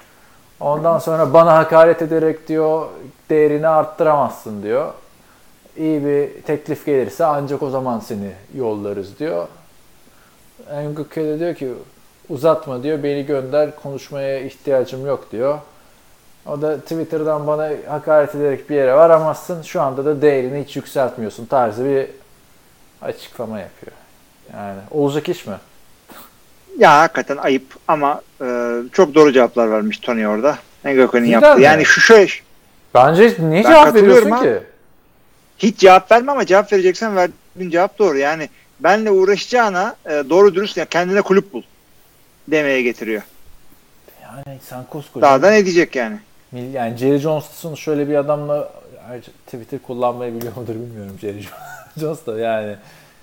Ondan sonra bana hakaret ederek diyor değerini arttıramazsın diyor. iyi bir teklif gelirse ancak o zaman seni yollarız diyor. Nguke de diyor ki uzatma diyor, beni gönder, konuşmaya ihtiyacım yok diyor. O da Twitter'dan bana hakaret ederek bir yere varamazsın, şu anda da değerini hiç yükseltmiyorsun tarzı bir açıklama yapıyor. Yani olacak iş mi? Ya hakikaten ayıp ama e, çok doğru cevaplar vermiş Tony orada. Nguku'nun Güzel yaptığı. mi? Yani şu şöyle Bence niye Ben cevap veriyorsun katılıyorum ki? hiç cevap verme ama cevap vereceksen verdiğin cevap doğru. Yani benle uğraşacağına e, doğru dürüst yani kendine kulüp bul demeye getiriyor. Yani sen koskoca... Daha da ne diyecek yani? Yani Jerry Jones'un şöyle bir adamla Twitter kullanmayı biliyor mudur bilmiyorum Jerry Jones da yani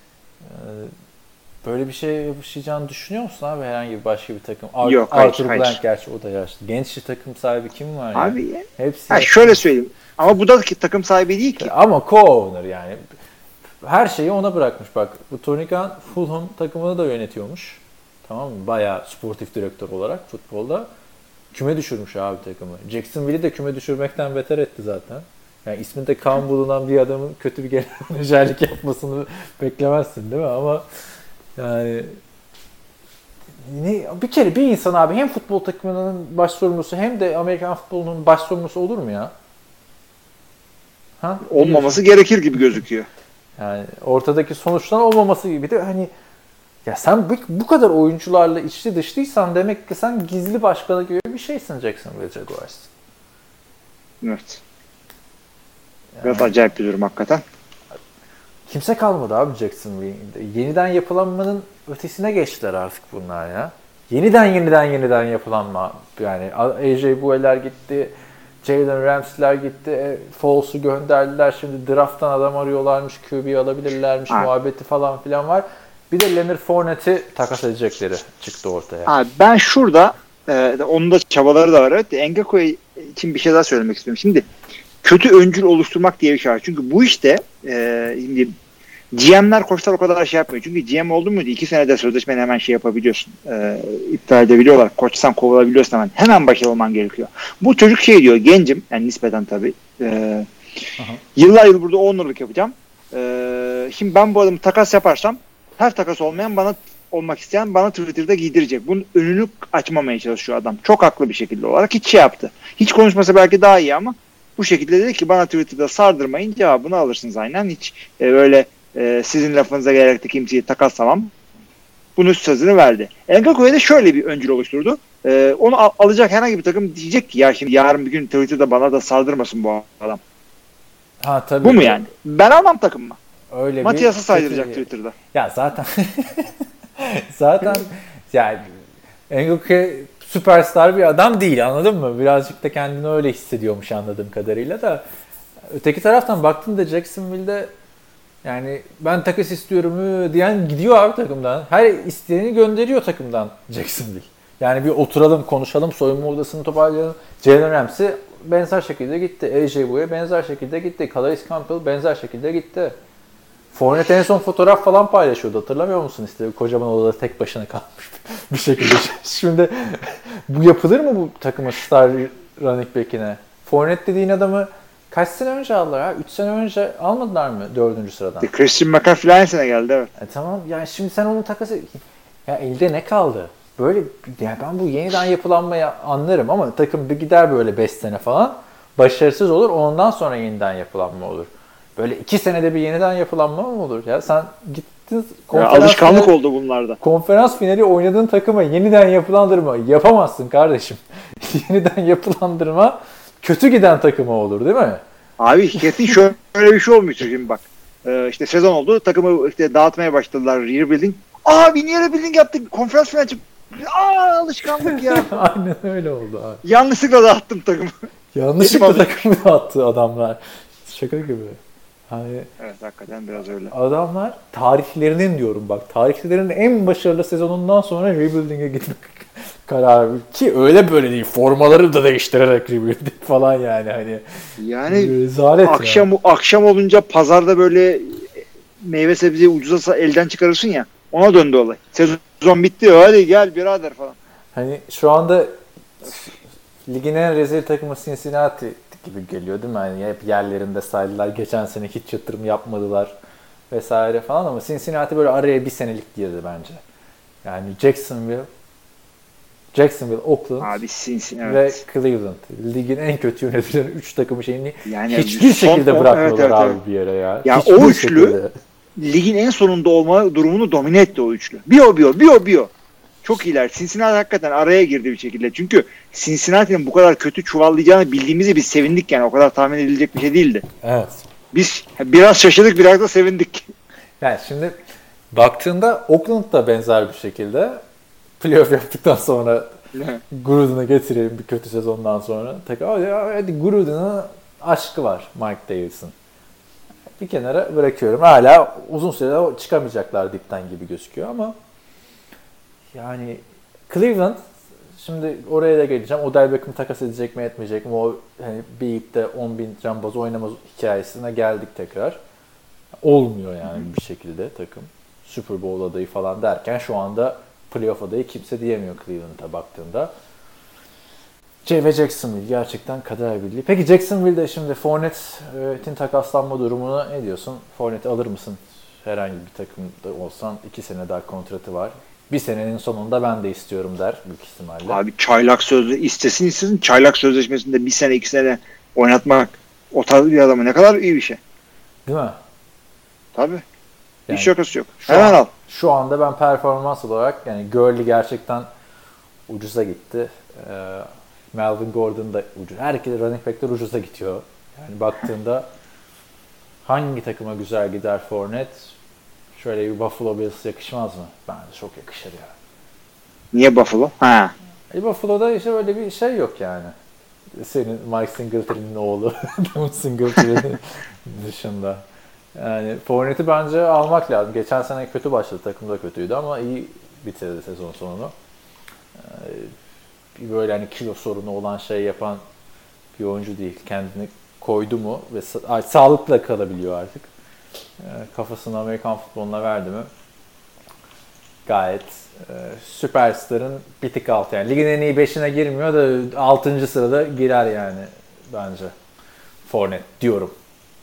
böyle bir şey yapışacağını düşünüyor musun abi herhangi bir başka bir takım? Ar- Yok, hayır, Arthur hayır. Blank gerçi o da yaşlı. Genç takım sahibi kim var ya? Abi Hepsi ha, şöyle söyleyeyim. Ama bu da ki takım sahibi değil ki. ama co-owner yani. Her şeyi ona bırakmış bak. Bu Tony Khan Fulham takımını da yönetiyormuş. Tamam mı? Bayağı sportif direktör olarak futbolda. Küme düşürmüş abi takımı. Jacksonville'i de küme düşürmekten beter etti zaten. Yani isminde kan bulunan bir adamın kötü bir genel menajerlik yapmasını beklemezsin değil mi? Ama yani yine bir kere bir insan abi hem futbol takımının baş sorumlusu hem de Amerikan futbolunun baş sorumlusu olur mu ya? Ha? Olmaması gerekir gibi gözüküyor. Yani ortadaki sonuçtan olmaması gibi de hani ya sen bu, bu kadar oyuncularla içli dışlıysan demek ki sen gizli başkanı gibi bir şeysin Jacksonville Jaguars. Evet. Biraz acayip bir durum hakikaten. Kimse kalmadı abi Jacksonville'de. Yeniden yapılanmanın ötesine geçtiler artık bunlar ya. Yeniden yeniden yeniden yapılanma. Yani A J Bouye'ler gitti, Jalen Ramsey'ler gitti, e, Foles'u gönderdiler. Şimdi draft'tan adam arıyorlarmış, Q B alabilirlermiş, ha. muhabbeti falan filan var. Bir de Leonard Fournette'i takas edecekleri çıktı ortaya. Ha, ben şurada e, onun da çabaları da var. Evet, Ngakoue için bir şey daha söylemek istiyorum. Şimdi kötü öncül oluşturmak diye bir şey var. Çünkü bu işte e, şimdi G M'ler koçlar o kadar şey yapmıyor. Çünkü G M oldu muydu? iki senede sözleşmeni hemen şey yapabiliyorsun. E, iptal edebiliyorlar. Koçsan kovulabiliyorsun hemen. Hemen başarılı olman gerekiyor. Bu çocuk şey diyor. Gencim. Yani nispeten tabii. E, yıllar yıl burada owner'lık yapacağım. E, şimdi ben bu adamı takas yaparsam her takas olmayan bana olmak isteyen bana Twitter'da giydirecek. Bunun önünü açmamaya çalışıyor adam. Çok haklı bir şekilde olarak hiç şey yaptı. Hiç konuşmasa belki daha iyi ama bu şekilde dedi ki bana Twitter'da sardırmayın, cevabını alırsınız aynen. Hiç e, öyle e, sizin lafınıza gelerek de kimseyi takaslamam. Bunun sözünü verdi. Ngakoue'de şöyle bir öncül oluşturdu. E, onu al- alacak herhangi bir takım diyecek ki ya şimdi yarın bir gün Twitter'da bana da sardırmasın bu adam. Ha tabii. Bu mu yani? Ben almam takımıma. Öyle Matias'ı bir saydıracak kötü- Twitter'da. Ya zaten zaten yani Ngakoue süperstar bir adam değil, anladın mı? Birazcık da kendini öyle hissediyormuş anladığım kadarıyla da. Öteki taraftan baktığında Jacksonville'de yani ben takas istiyorum ıı diyen gidiyor abi takımdan. Her isteyeni gönderiyor takımdan Jacksonville. Yani bir oturalım, konuşalım, soyunma odasını toparlayalım. Jalen Ramsey benzer şekilde gitti. A J Bouye benzer şekilde gitti. Calais Campbell benzer şekilde gitti. Fournette en son fotoğraf falan paylaşıyordu. Hatırlamıyor musun işte? Kocaman odada tek başına kalmış bir şekilde. Şimdi bu yapılır mı bu takıma star running back'ine? Fournette dediğin adamı kaç sene önce aldılar ha? üç sene önce almadılar mı dördüncü sıradan? Christian McCaffrey aynı sene geldi evet. E tamam yani şimdi sen onu takası... Ya elde ne kaldı? Böyle yani ben bu yeniden yapılanmayı anlarım ama takım bir gider böyle beş sene falan. Başarısız olur, ondan sonra yeniden yapılanma olur. Böyle iki senede bir yeniden yapılanma mı olur? Ya sen gittin Ya, alışkanlık finali, oldu bunlarda. Konferans finali oynadığın takıma yeniden yapılandırma yapamazsın kardeşim. Yeniden yapılandırma kötü giden takıma olur değil mi? Abi kesin şöyle bir şey olmuştur şimdi bak. Ee, işte sezon oldu. Takımı işte dağıtmaya başladılar. Rebuilding. Abi niye rebuilding yaptık? Konferans finali çık. Aa alışkanlık ya. Aynen öyle oldu abi. Yanlışlıkla dağıttım takımı. Yanlışlıkla takımı dağıttı adamlar. Şaka gibi. Hani evet hakikaten biraz öyle. Adamlar tarihlerinin diyorum bak. Tarihlerinin en başarılı sezonundan sonra rebuilding'e gitmek kararı. Ki öyle böyle değil. Formaları da değiştirerek rebuilding falan yani. Hani yani rezalet akşam ya. akşam olunca pazarda böyle meyve sebzeyi ucuza elden çıkarırsın ya. Ona döndü olay. Sezon bitti. Hadi gel birader falan. Hani şu anda ligin en rezil takımı Cincinnati gibi geliyor değil mi? Yani hep yerlerinde saydılar. Geçen sene hiç yatırım yapmadılar vesaire falan ama Cincinnati böyle araya bir senelik girdi bence. Yani Jacksonville, Jacksonville, Oakland Abi Cincinnati, ve evet. Cleveland. Ligin en kötü yönetilen üç takımı şeyini Yani hiçbir son- şekilde evet, bırakmıyorlar evet, abi evet. bir yere ya. Ya Hiçbir o üçlü şekilde. ligin en sonunda olma durumunu domine etti o üçlü. Bir o bir o bir o bir o. Çok iyiler. Cincinnati hakikaten araya girdi bir şekilde. Çünkü Cincinnati'nin bu kadar kötü çuvallayacağını bildiğimizi biz sevindik yani. O kadar tahmin edilecek bir şey değildi. Evet. Biz biraz şaşırdık, biraz da sevindik. Yani şimdi baktığında Oakland da benzer bir şekilde playoff yaptıktan sonra Gruden'ı getirelim bir kötü sezondan sonra. Tekrar hadi, hadi Gruden'ın aşkı var Mike Davis'in. Bir kenara bırakıyorum. Hala uzun süre çıkamayacaklar dipten gibi gözüküyor ama yani Cleveland, şimdi oraya da geleceğim. Odell Beckham takas edecek mi etmeyecek mi? O hani bir de on bin cambaz oynamaz hikayesine geldik tekrar. Olmuyor yani bir şekilde takım. Super Bowl adayı falan derken şu anda playoff adayı kimse diyemiyor Cleveland'a baktığında. C ve Jacksonville gerçekten kader birliği. Peki Jacksonville'de şimdi Fournette'in takaslanma durumuna ne diyorsun? Fournette alır mısın? Herhangi bir takımda olsan iki sene daha kontratı var. Bir senenin sonunda ben de istiyorum der büyük ihtimalle. Abi çaylak sözlü istesin istesin çaylak sözleşmesinde bir sene iki sene oynatmak o tarz bir adama ne kadar iyi bir şey. Değil mi? Tabii. Yani Hiç şakası yok. Şu Hemen an, al. Şu anda ben performans olarak yani Gurley gerçekten ucuza gitti. Ee, Melvin Gordon da ucuz. Herkes running back'ler ucuza gidiyor. Yani baktığında hangi takıma güzel gider Fournette? Şöyle bir Buffalo Bills yakışmaz mı? Bence çok yakışır ya. Niye Buffalo? Ha. E Buffalo'da işte öyle bir şey yok yani. Senin Mike Singletary'nin oğlu Devin Singletary'nin dışında. Yani Fournette'i bence almak lazım. Geçen sene kötü başladı. Takım da kötüydü ama iyi bitirdi sezon sonunu. Ee, böyle hani kilo sorunu olan şey yapan bir oyuncu değil. Kendini koydu mu ve sa- sağlıklı kalabiliyor artık. Ee, kafasını Amerikan futboluna verdi mi gayet e, süperstarın bir tık altı. Yani ligin en iyi beşine girmiyor da altıncı sırada girer yani bence Fournette diyorum.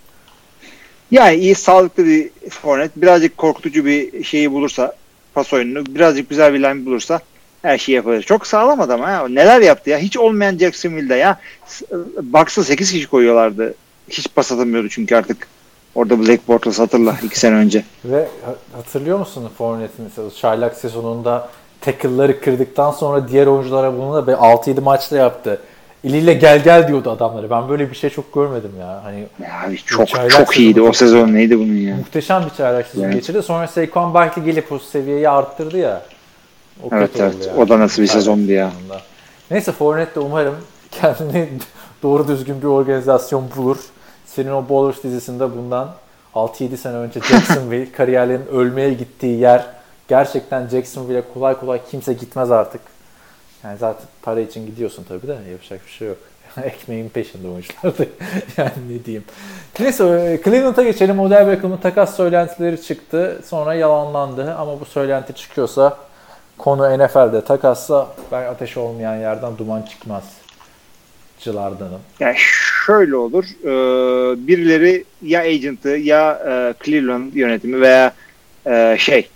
Yani iyi sağlıklı bir Fournette. Birazcık korkutucu bir şeyi bulursa pas oyununu birazcık güzel bir line bulursa her şeyi yapabilir. Çok sağlam adam ha. Neler yaptı ya. Hiç olmayan Jacksonville'de ya. Bucks'a sekiz kişi koyuyorlardı. Hiç pas atamıyordu çünkü artık. Orada Black Bortles hatırla iki sene önce. Ve hatırlıyor musun Fournette'in mesela çaylak sezonunda tackle'ları kırdıktan sonra diğer oyunculara bunu da altı yedi maçta yaptı. İliyle gel gel diyordu adamları. Ben böyle bir şey çok görmedim ya. Hani Ya abi çok çaylak çok iyiydi. sezonu O sezon neydi bunun ya? muhteşem bir çaylak sezonu Evet. geçirdi. Sonra Saquon Barkley gelip o seviyeyi arttırdı ya. O Evet kötü evet. oldu yani. O da nasıl bir sezondu ya. Sezonunda. Neyse Fournette de umarım kendini doğru düzgün bir organizasyon bulur. Senin o Ballers dizisinde bundan altı yedi sene önce Jacksonville kariyerlerinin ölmeye gittiği yer, gerçekten Jacksonville'e kolay kolay kimse gitmez artık. Yani zaten para için gidiyorsun tabii de yapacak bir şey yok. Ekmeğin peşinde oyuncular da yani ne diyeyim. Neyse Cleveland'a geçelim. Odell Beckham'ın takas söylentileri çıktı. Sonra yalanlandı ama bu söylenti çıkıyorsa konu N F L'de takassa ben ateş olmayan yerden duman çıkmaz cılardanım. Yani şöyle olur. E, birileri ya agent'ı ya e, Cleveland yönetimi veya e, şey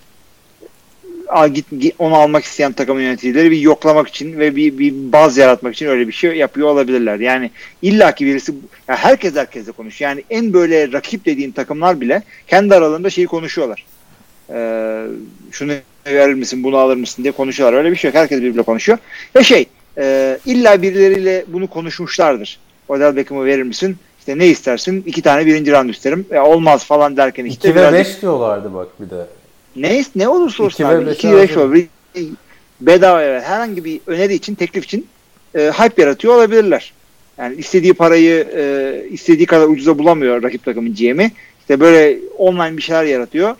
al, git, git, onu almak isteyen takım yöneticileri bir yoklamak için ve bir, bir baz yaratmak için öyle bir şey yapıyor olabilirler. Yani illaki birisi ya herkes herkesle konuşuyor. Yani en böyle rakip dediğin takımlar bile kendi aralarında şeyi konuşuyorlar. E, şunu verir misin, bunu alır mısın diye konuşuyorlar. Öyle bir şey yok. Herkes birbiriyle konuşuyor. Ve şey e, illa birileriyle bunu konuşmuşlardır. Odell Beckham'ı verir misin? İşte ne istersin? İki tane birinci round isterim. Ya olmaz falan derken işte. iki ve beş diyorlardı bak bir de. Ne, ne olursa olsun iki abi. ve iki ve beş olur. Bedava evet. Herhangi bir öneri için, teklif için e, hype yaratıyor olabilirler. Yani istediği parayı e, istediği kadar ucuza bulamıyor rakip takımın G M'i. İşte böyle online bir şeyler yaratıyor.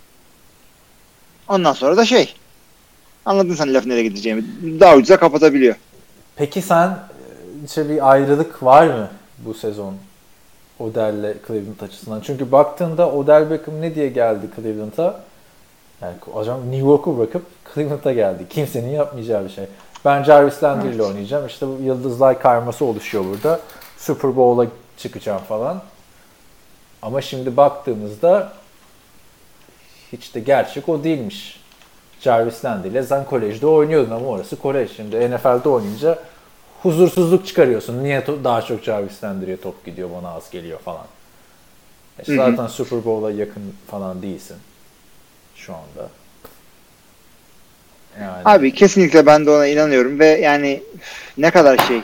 Ondan sonra da şey anladın sen laf nereye gideceğimi. Daha ucuza kapatabiliyor. Peki sen işte bir ayrılık var mı bu sezon Odell'le Cleveland açısından? Çünkü baktığında Odell Beckham ne diye geldi Cleveland'a? Yani hocam New York'u bırakıp Cleveland'a geldi. Kimsenin yapmayacağı bir şey. Ben Jarvis Landry ile evet. oynayacağım. İşte bu yıldızlar karması oluşuyor burada. Super Bowl'a çıkacağım falan. Ama şimdi baktığımızda hiç de gerçek o değilmiş. Jarvis Landry ile sen kolejde oynuyordun ama orası kolej. Şimdi N F L'de oynayınca huzursuzluk çıkarıyorsun. Niye to- daha çok Jarvis Landry'ye top gidiyor, bana az geliyor falan. E zaten Super Bowl'a yakın falan değilsin şu anda. Yani. Abi kesinlikle ben de ona inanıyorum ve yani ne kadar şey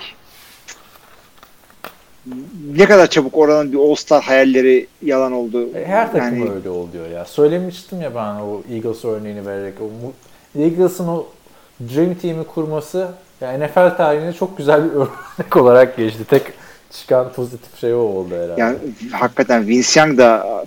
ne kadar çabuk oranın bir All-Star hayalleri yalan oldu. Her takım yani... öyle oluyor ya. Söylemiştim ya ben o Eagles örneğini vererek. O Eagles'ın o Dream Team'i kurması yani N F L tarihine çok güzel bir örnek olarak geçti. Tek çıkan pozitif şey o oldu herhalde. Yani hakikaten Vince Young da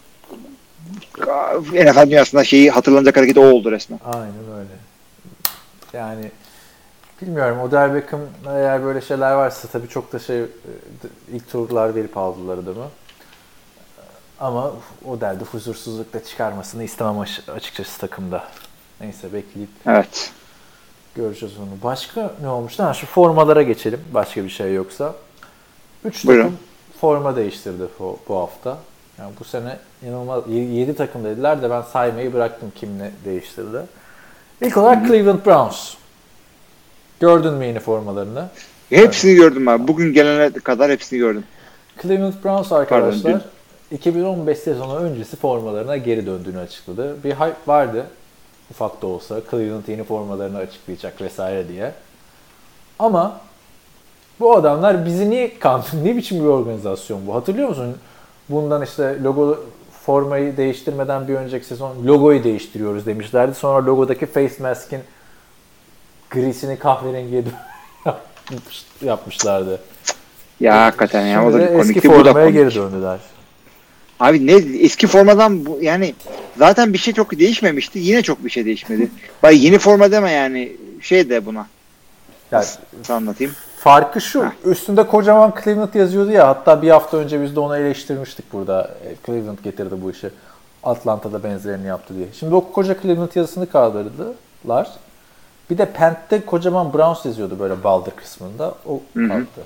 N F L dünyasında şeyi hatırlanacak hareket o oldu resmen. Aynen öyle. Yani bilmiyorum, Odell Beckham eğer böyle şeyler varsa tabii çok da şey ilk turlar verip aldılar adamı. Ama Odell'de huzursuzlukla çıkarmasını istemem açıkçası takımda. Neyse bekleyip evet. göreceğiz onu. Başka ne olmuştu? Ha, şu formalara geçelim. Başka bir şey yoksa. Üç takım forma değiştirdi bu, bu hafta. Yani bu sene inanılmaz. yedi takım dediler de ben saymayı bıraktım kim ne değiştirdi. İlk olarak Cleveland Browns. Gördün mü yeni formalarını? Hepsini evet. gördüm abi. Bugün gelene kadar hepsini gördüm. Cleveland Browns arkadaşlar Pardon, iki bin on beş sezonu öncesi formalarına geri döndüğünü açıkladı. Bir hype vardı. Ufak da olsa Cleveland yeni formalarını açıklayacak vesaire diye. Ama bu adamlar bizi niye kandırdı? Ne biçim bir organizasyon bu? Hatırlıyor musun? Bundan işte logo formayı değiştirmeden bir önceki sezon logoyu değiştiriyoruz demişlerdi. Sonra logodaki face mask'in grisini kahverengiye yapmışlardı. Ya hakikaten ya. Şimdi o da eski komikti. formaya geri döndüler. Abi ne eski formadan bu, yani zaten bir şey çok değişmemişti. Yine çok bir şey değişmedi. Bay yeni forma deme yani şey de buna. Yani, nasıl anlatayım? Farkı şu. Heh. Üstünde kocaman Cleveland yazıyordu ya. Hatta bir hafta önce biz de onu eleştirmiştik burada. Cleveland getirdi bu işi. Atlanta'da benzerini yaptı diye. Şimdi o koca Cleveland yazısını kaldırdılar. Bir de Pent'te kocaman Browns yazıyordu böyle baldır kısmında. O kalktı.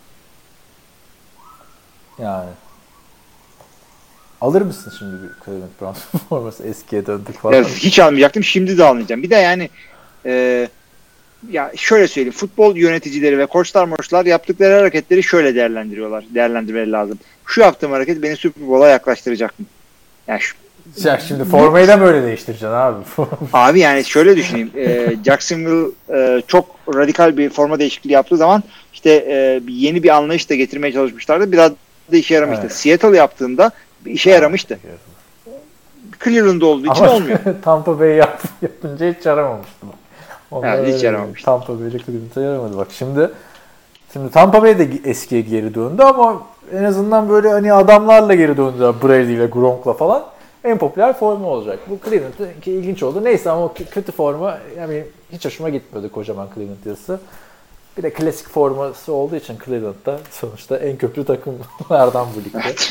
Yani. Alır mısın şimdi bir Cleveland Browns forması? Eskiye döndük falan. Evet, hiç almayacaktım. Şimdi de almayacağım. Bir de yani e, ya şöyle söyleyeyim. Futbol yöneticileri ve koçlar moçlar yaptıkları hareketleri şöyle değerlendiriyorlar. Değerlendirmeleri lazım. Şu yaptığım hareket beni Super Bowl'a yaklaştıracak mı? Yani şu, ya şimdi formayı da böyle değiştireceksin abi. Abi yani şöyle düşüneyim. E, Jacksonville e, çok radikal bir forma değişikliği yaptığı zaman işte e, yeni bir anlayış da getirmeye çalışmışlardı. Biraz da işe yaramıştı. Evet. Seattle yaptığında bir işe yaramıştı. Cleveland'da olduğu için ama olmuyor. Tampa Bay yap, yapınca hiç yaramamıştı. Onlar evet, hiç yaramamıştı. Tampa Bay'de Cleveland'a yaramadı. Bak şimdi şimdi Tampa Bay de eskiye geri döndü ama en azından böyle hani adamlarla geri döndüler. Brady ile Gronk'la falan. En popüler forma olacak. Bu Cleveland'ınki ilginç oldu. Neyse ama o kötü forma yani hiç hoşuma gitmedi kocaman Cleveland yazısı. Bir de klasik forması olduğu için Cleveland'da sonuçta en köklü takımlardan bu ligde. Evet.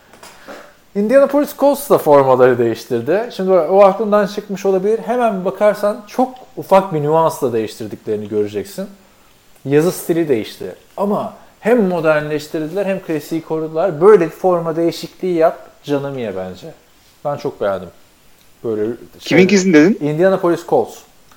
Indianapolis Colts da formaları değiştirdi. Şimdi o aklımdan çıkmış olabilir. Hemen bakarsan çok ufak bir nüansla değiştirdiklerini göreceksin. Yazı stili değişti. Ama hem modernleştirdiler hem klasiği korudular. Böyle bir forma değişikliği yap, canım ye bence. Ben çok beğendim. Böyle şey, kiminkisini dedin? Indianapolis Colts.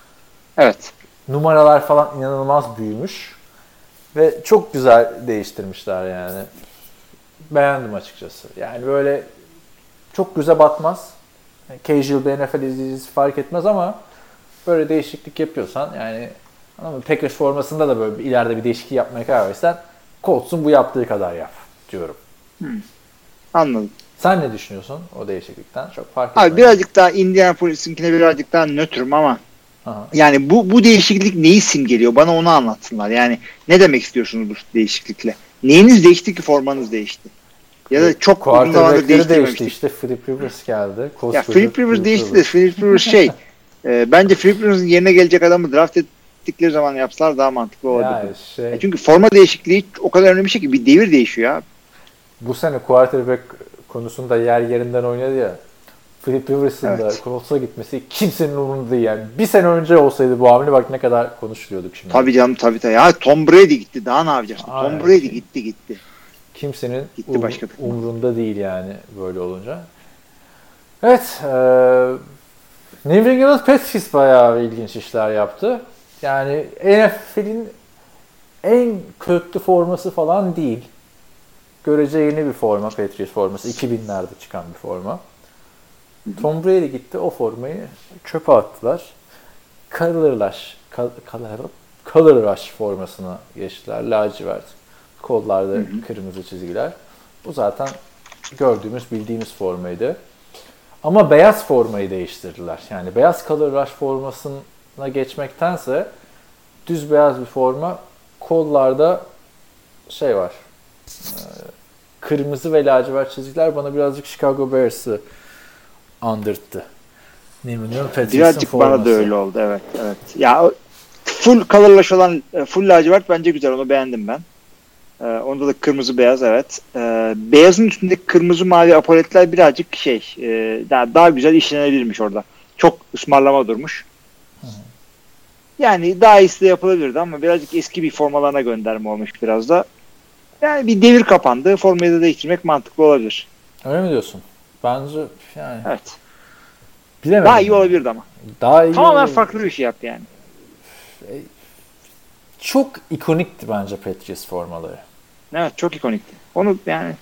Evet. Numaralar falan inanılmaz büyümüş. Ve çok güzel değiştirmişler yani. Beğendim açıkçası. Yani böyle çok göze batmaz. Casual bir N F L izleyicisi fark etmez ama böyle değişiklik yapıyorsan yani Packers formasında da böyle bir, ileride bir değişiklik yapmaya karar verirsen Colts'un bu yaptığı kadar yap diyorum. Hmm. Anladım. Sen ne düşünüyorsun o değişiklikten? Çok fark etmez. Abi birazcık daha Indianapolis'inkine birazcık daha nötrüm ama aha. Yani bu bu değişiklik neyi simgeliyor? Bana onu anlatsınlar. Yani ne demek istiyorsunuz bu değişiklikle? Neyiniz değişti ki formanız değişti? Ya da çok uzun zamandır değişti işte. Philip Rivers geldi. Ya Philip Rivers değişti de Philip Rivers şey e, bence Philip Rivers'ın yerine gelecek adamı draft ettikleri zaman yapsalar daha mantıklı olurdu. Yani şey... ya çünkü forma değişikliği o kadar önemli bir şey ki bir devir değişiyor ya. Bu sene quarterback konusunda yer yerinden oynadı ya. Philip Rivers'ın Evet. da Colts'a gitmesi kimsenin umurunda değil yani. Bir sene önce olsaydı bu hamle bak ne kadar konuşuluyorduk şimdi. Tabii canım tabii tabii. Ya Tom Brady gitti. Daha ne yapacaksın? Aynen. Tom Brady gitti gitti. Kimsenin Gitti um- başka takıma. umrunda değil yani böyle olunca. Evet. E, New England Patriots bayağı ilginç işler yaptı. Yani N F L'in en köklü forması falan değil. Görece yeni bir forma, Patriots forması. iki binlerde çıkan bir forma. Tom Brady gitti, o formayı çöpe attılar. Color Rush, Color, Color Rush formasına geçtiler. Lacivert. Kollarda hı hı. kırmızı çizgiler. Bu zaten gördüğümüz, bildiğimiz formaydı. Ama beyaz formayı değiştirdiler. Yani beyaz Color Rush formasına geçmektense düz beyaz bir forma, kollarda şey var. Kırmızı ve lacivert çizgiler bana birazcık Chicago Bears'ı andırttı. Birazcık bana da öyle oldu, evet. evet. Ya full colorlaş olan, full lacivert bence güzel, onu beğendim ben. Ee, onda da kırmızı beyaz, evet. Ee, beyazın üstündeki kırmızı mavi apoletler birazcık şey, e, daha, daha güzel işlenebilirmiş orada. Çok ısmarlama durmuş. Hı hı. Yani daha iyisi de yapılabilirdi ama birazcık eski bir formalarına gönderme olmuş biraz da. Yani bir devir kapandı. Formayı da değiştirmek mantıklı olabilir. Öyle mi diyorsun? Bence yani. Evet. Bilemedim. Daha iyi yani. Olabilirdi ama. Daha iyi. Tamamen farklı bir şey yaptı yani. Çok ikonikti bence Patriots formaları. Evet, çok ikonikti. Onu yani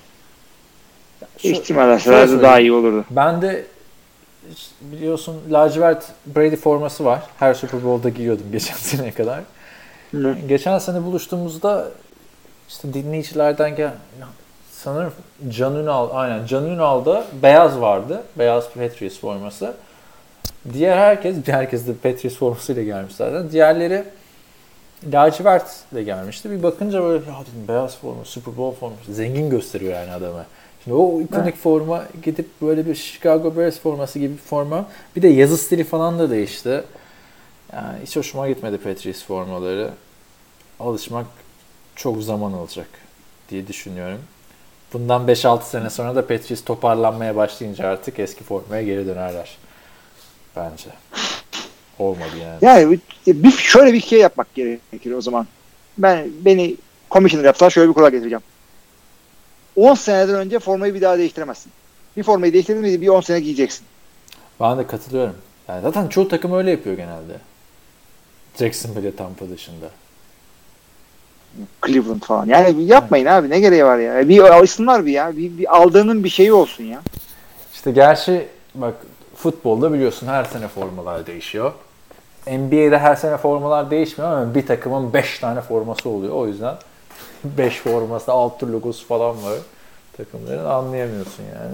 ihtimal ederse daha iyi olurdu. Ben de biliyorsun lacivert Brady forması var. Her Super Bowl'da giyiyordum geçen seneye kadar. Hı. Geçen sene buluştuğumuzda işte dinleyicilerden gel sanırım Can Ünal, aynen Can Ünal'da beyaz vardı. Beyaz Patriots forması. Diğer herkes, herkes de Patriots formasıyla gelmiş zaten. Diğerleri lacivert ile gelmişti. Bir bakınca böyle ya dedim beyaz forma, Super Bowl forması zengin gösteriyor yani adamı. Şimdi o ikonik evet. forma gidip böyle bir Chicago Bears forması gibi bir forma. Bir de yazı stili falan da değişti. Yani hiç hoşuma gitmedi Patriots formaları. Alışmak çok zaman alacak diye düşünüyorum. Bundan beş altı sene sonra da Patriots toparlanmaya başlayınca artık eski formaya geri dönerler. Bence. Olmadı yani. Yani bir, şöyle bir şey yapmak gerekir o zaman. Ben beni commissioner yapsalar şöyle bir kural getireceğim. on seneden önce formayı bir daha değiştiremezsin. Bir formayı değiştirdin mi bir on sene giyeceksin. Ben de katılıyorum. Yani zaten çoğu takım öyle yapıyor genelde. Jacksonville, Tampa dışında. Cleveland falan. Yani yapmayın evet. Abi. Ne gereği var ya? Bir alışsınlar bir ya. Bir, bir aldığının bir şeyi olsun ya. İşte gerçi bak futbolda biliyorsun her sene formalar değişiyor. N B A'de her sene formalar değişmiyor ama bir takımın beş tane forması oluyor. O yüzden beş forması, altı logosu falan var takımların. Anlayamıyorsun yani.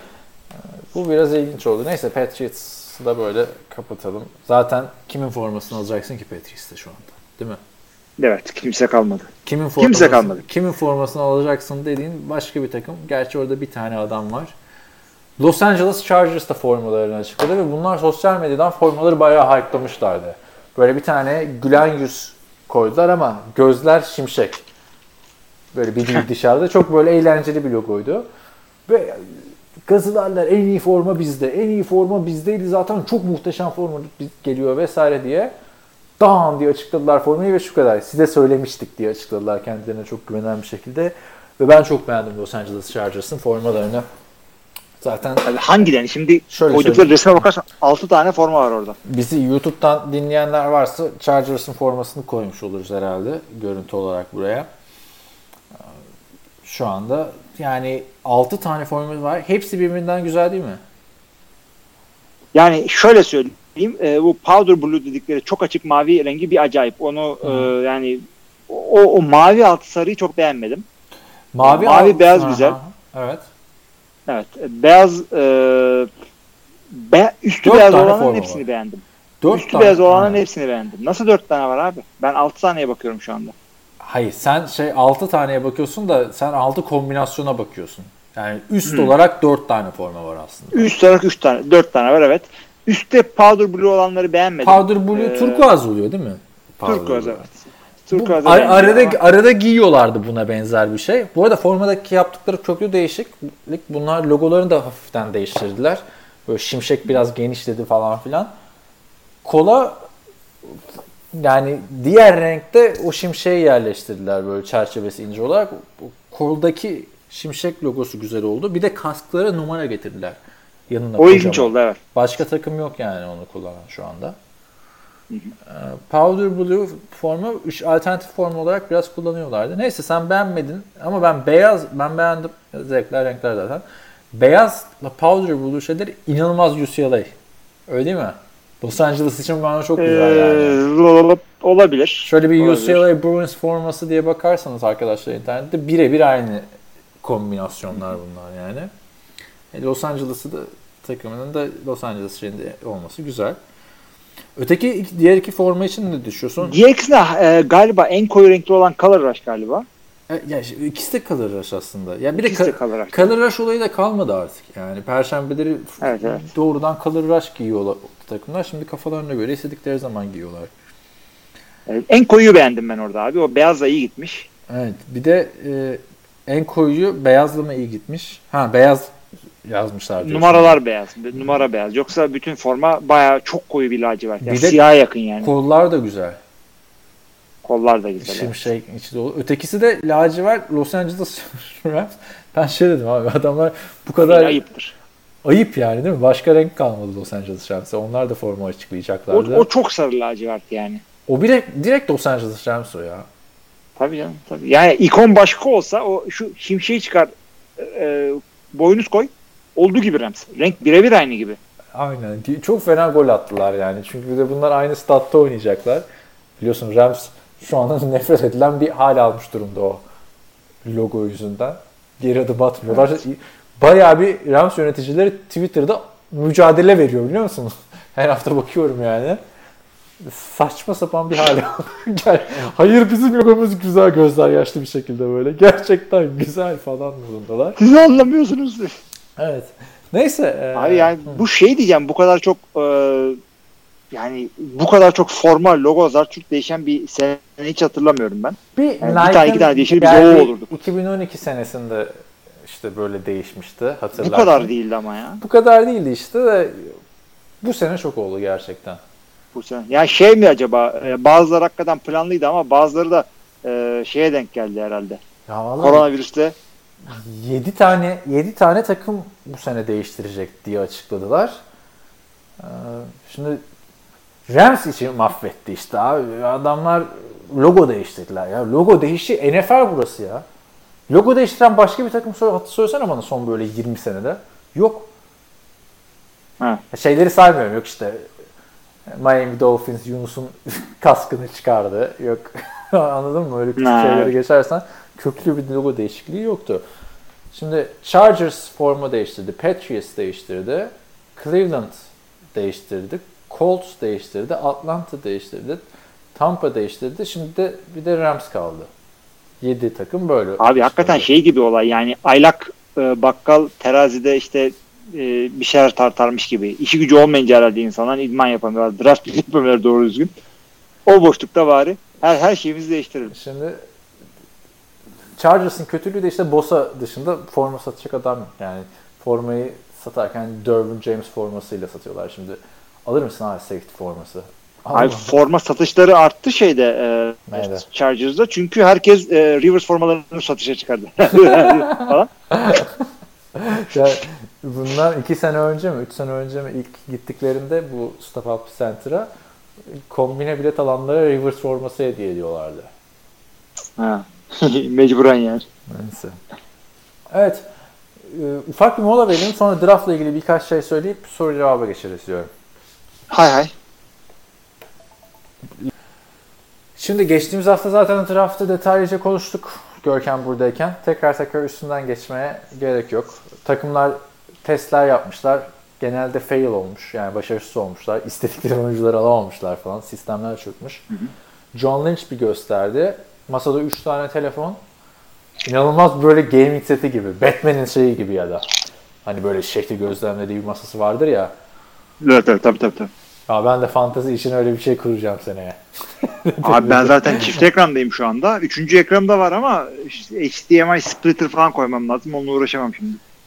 Bu biraz ilginç oldu. Neyse Patriots'ı da böyle kapatalım. Zaten kimin formasını alacaksın ki Patriots'ta şu anda? Değil mi? Evet. Kimse kalmadı. Kimin kimse kalmadı. Kimin formasını alacaksın dediğin başka bir takım. Gerçi orada bir tane adam var. Los Angeles Chargers da formalarını açıkladı ve bunlar sosyal medyadan formaları bayağı hype'lamışlardı. Böyle bir tane gülen yüz koydular ama gözler şimşek. Böyle bir değil dışarıda. Çok böyle eğlenceli bir logoydu. Ve gazılarlar en iyi forma bizde. En iyi forma bizdeydi zaten. Çok muhteşem forma geliyor vesaire diye. Dağın diye açıkladılar formayı ve şu kadar. Size söylemiştik diye açıkladılar kendilerine çok güvenen bir şekilde. Ve ben çok beğendim Los Angeles Chargers'ın formalarını. Zaten yani hangilerini? Şimdi koydukları resme bakarsan altı tane forma var orada. Bizi YouTube'dan dinleyenler varsa Chargers'ın formasını koymuş oluruz herhalde görüntü olarak buraya. Şu anda yani altı tane forma var. Hepsi birbirinden güzel değil mi? Yani şöyle söyleyeyim. E, bu powder blue dedikleri çok açık mavi rengi bir acayip. Onu e, yani o, o mavi altı sarıyı çok beğenmedim. Mavi, mavi alt, beyaz aha, güzel. Evet. Evet. Beyaz e, be, üstü dört beyaz olanların var. hepsini beğendim. Dört üstü tane, beyaz olanların aynen. hepsini beğendim. Nasıl dört tane var abi? Ben altı taneye bakıyorum şu anda. Hayır sen şey altı taneye bakıyorsun da sen altı kombinasyona bakıyorsun. Yani üst hmm. olarak dört tane forma var aslında. Üst olarak üç tane, dört tane var evet. Üstte powder blue olanları beğenmedim. Powder blue ee, turkuaz oluyor değil mi? Turkuaz evet. Bu, ar- arada ama. arada giyiyorlardı buna benzer bir şey. Bu arada formadaki yaptıkları köklü değişiklik. Bunlar logolarını da hafiften değiştirdiler. Böyle şimşek biraz genişledi falan filan. Kola yani diğer renkte o şimşeği yerleştirdiler böyle çerçevesi ince olarak. Koldaki şimşek logosu güzel oldu. Bir de kasklara numara getirdiler. Yanına o ilginç oldu, evet. Başka takım yok yani onu kullanan şu anda. Hı hı. Powder Blue formu alternatif form olarak biraz kullanıyorlardı. Neyse sen beğenmedin ama ben beyaz ben beğendim. Zevkler renkler zaten. Beyazla Powder Blue şeyler inanılmaz U C L A. Öyle değil mi? Los Angeles için bana çok güzel yani. Ee, olabilir. Şöyle bir olabilir. U C L A Bruins forması diye bakarsanız arkadaşlar internette birebir aynı kombinasyonlar bunlar yani. Los Angeles'ı da takımının da Los Angeles şeyinde olması güzel. Öteki diğer iki forma için ne düşünüyorsun? Diğer ikisinde e, galiba en koyu renkli olan Color Rush galiba. E, ya ikisi de Color Rush aslında. Ya bir ikisi de, de Color Rush. Color Rush olayı da kalmadı artık. Yani perşembeleri evet, evet. doğrudan Color Rush giyiyorlar takımlar. Şimdi kafalarına göre istedikleri zaman giyiyorlar. Evet, en koyuyu beğendim ben orada abi. O beyazla iyi gitmiş. Evet. Bir de e, en koyuyu beyazla mı iyi gitmiş? Ha beyaz yazmışlar diyorsun. Numaralar beyaz. Numara beyaz. Yoksa bütün forma bayağı çok koyu bir lacivert. Yani bir de siyaha yakın yani. Kollar da güzel. Kollar da güzel. Şimşek evet. içi dolu. Ötekisi de lacivert Los Angeles Rams. Ben şey dedim abi adamlar bu kadar ayıptır. Ayıp yani değil mi? Başka renk kalmadı Los Angeles Rams'e. Onlar da formu açıklayacaklardı. O, o çok sarı lacivert yani. O direkt, direkt Los Angeles Rams o ya. Tabii canım. Tabii. Yani ikon başka olsa o şu şimşeği çıkar e, boynuz koy. Olduğu gibi Rams. Renk birebir aynı gibi. Aynen. Çok fena gol attılar yani. Çünkü bir de bunlar aynı statta oynayacaklar. Biliyorsun Rams şu anda nefret edilen bir hal almış durumda o logo yüzünden. Geri adım atmıyorlar. Evet. Bayağı bir Rams yöneticileri Twitter'da mücadele veriyor biliyor musunuz? Her hafta bakıyorum yani. Saçma sapan bir hal. Hayır bizim logomuz güzel gözler yaşlı bir şekilde böyle. Gerçekten güzel falan modundalar. Siz anlamıyorsunuz. Evet. Neyse. Abi yani hı. bu şey diyeceğim bu kadar çok e, yani bu kadar çok forma logo zartçuk değişen bir sene hiç hatırlamıyorum ben. Bir, yani bir tane iki tane değişir biz o olurduk. iki bin on iki senesinde işte böyle değişmişti hatırlarsın. Bu kadar değildi ama ya. Bu kadar değildi işte de bu sene çok oldu gerçekten. Bu sene. Yani şey mi acaba e, bazıları hakikaten planlıydı ama bazıları da e, şeye denk geldi herhalde. Ya vallahi koronavirüste yedi tane yedi tane takım bu sene değiştirecek diye açıkladılar. Ee, şimdi Rams için mahvetti işte abi. Adamlar logo değiştirdiler ya. Logo değişti. N F L burası ya. Logo değiştiren başka bir takım söylesene bana son böyle yirmi senede. Yok. Ha. Şeyleri saymıyorum. Yok işte Miami Dolphins Yunus'un kaskını çıkardı. Yok. Anladın mı? Öyle küçük şeyleri geçersen köklü bir logo değişikliği yoktu. Şimdi Chargers forma değiştirdi. Patriots değiştirdi. Cleveland değiştirdi. Colts değiştirdi. Atlanta değiştirdi. Tampa değiştirdi. Şimdi de bir de Rams kaldı. yedi takım böyle. Abi hakikaten şey gibi olay yani aylak e, bakkal terazide işte e, bir şeyler tartarmış gibi. İşi gücü olmayınca herhalde insanlar idman yapamıyorlar. Draft yapamıyorlar doğru düzgün. O boşlukta bari her her şeyimizi değiştirelim. Şimdi Chargers'ın kötülüğü de işte Bosa dışında forma satacak adam yani formayı satarken Derwin James formasıyla satıyorlar şimdi. Alır mısın abi safety forması? Abi forma satışları arttı şeyde e, Chargers'da çünkü herkes e, Rivers formalarını satışa çıkardı. falan. Yani bunlar iki sene önce mi, üç sene önce mi ilk gittiklerinde bu Stop-Up Center'a kombine bilet alanlara Rivers forması hediye ediyorlardı. Ha. Mecburen yani. Neyse. Evet. E, ufak bir mola verelim. Sonra draft'la ilgili birkaç şey söyleyip soru cevaba geçeriz diyorum. Hay hay. Şimdi geçtiğimiz hafta zaten draft'ı detaylıca konuştuk Görkem buradayken. Tekrar tekrar üstünden geçmeye gerek yok. Takımlar testler yapmışlar. Genelde fail olmuş. Yani başarısız olmuşlar. İstedikleri oyuncuları alamamışlar falan. Sistemler çökmüş. Hı hı. John Lynch bir gösterdi. Masada üç tane telefon. İnanılmaz böyle gaming seti gibi. Batman'in şeyi gibi ya da. Hani böyle şekli gözlemlediği bir masası vardır ya. Evet evet tabii tabii. tabii. Ya ben de fantezi için öyle bir şey kuracağım seneye. Abi ben zaten çift ekrandayım şu anda. Üçüncü ekranım da var ama H D M I splitter falan koymam lazım. Onunla uğraşamam şimdi.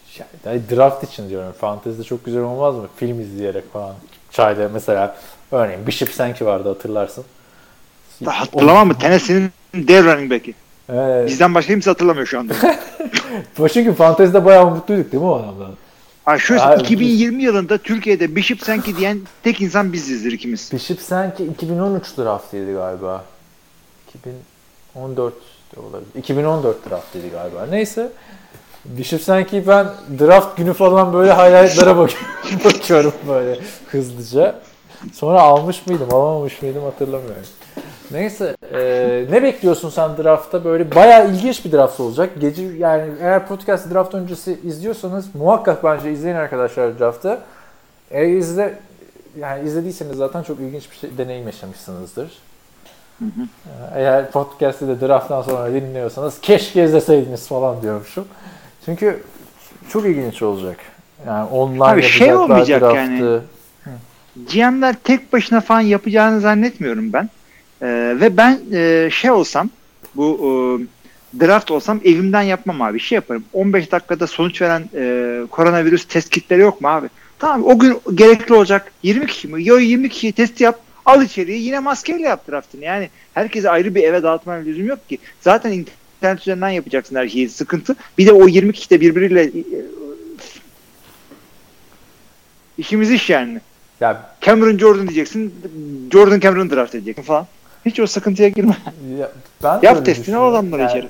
Yani draft için diyorum. Fantezide çok güzel olmaz mı? Film izleyerek falan. Çayda mesela örneğin Bishop Sankey vardı, hatırlarsın. Hatırlamam mı? Tennessee'nin dev running back'i. Evet. Bizden başka kimse hatırlamıyor şu anda. Çünkü fantezide bayağı mutluyduk değil mi o adamdan? Ha şöyle Abi, iki bin yirmi yılında Türkiye'de Bishop Sankey diyen tek insan bizizdir ikimiz. Bishop Sankey iki bin on üç draftıydı galiba. iki bin on dört de olabilir. iki bin on dört draftıydı galiba. Neyse. Bishop Sankey ben draft günü falan böyle highlightlara bakıyorum, bakıyorum böyle hızlıca. Sonra almış mıydım, alamamış mıydım hatırlamıyorum. Neyse, e, ne bekliyorsun sen draftta? Böyle bayağı ilginç bir draft olacak. Gece yani eğer podcast draft öncesi izliyorsanız muhakkak bence izleyin arkadaşlar draftı. Eğer izle yani izlediyseniz zaten çok ilginç bir şey, deneyim yaşamışsınızdır. Hı hı. Eğer podcast'ı da drafttan sonra dinliyorsanız keşke izleseydiniz falan diyormuşum. Çünkü çok ilginç olacak. Yani online abi şey olmayacak draftı. Yani. G M'ler tek başına falan yapacağını zannetmiyorum ben. Ee, ve ben e, şey olsam bu e, draft olsam evimden yapmam abi. Şey yaparım. on beş dakikada sonuç veren e, koronavirüs test kitleri yok mu abi? Tamam, o gün gerekli olacak yirmi kişi mi? Yo, yirmi kişi testi yap. Al içeriği, yine maskeyle yap draftını. Yani herkese ayrı bir eve dağıtmaya lüzum yok ki. Zaten internet üzerinden yapacaksın her şeyi, sıkıntı. Bir de o yirmi kişi de birbiriyle e, işimiz iş yani. Ya, Cameron Jordan diyeceksin. Jordan Cameron draft edeceksin falan. Hiç o sıkıntıya girme. Ya, ben yap testini, al adamları yani, içeri.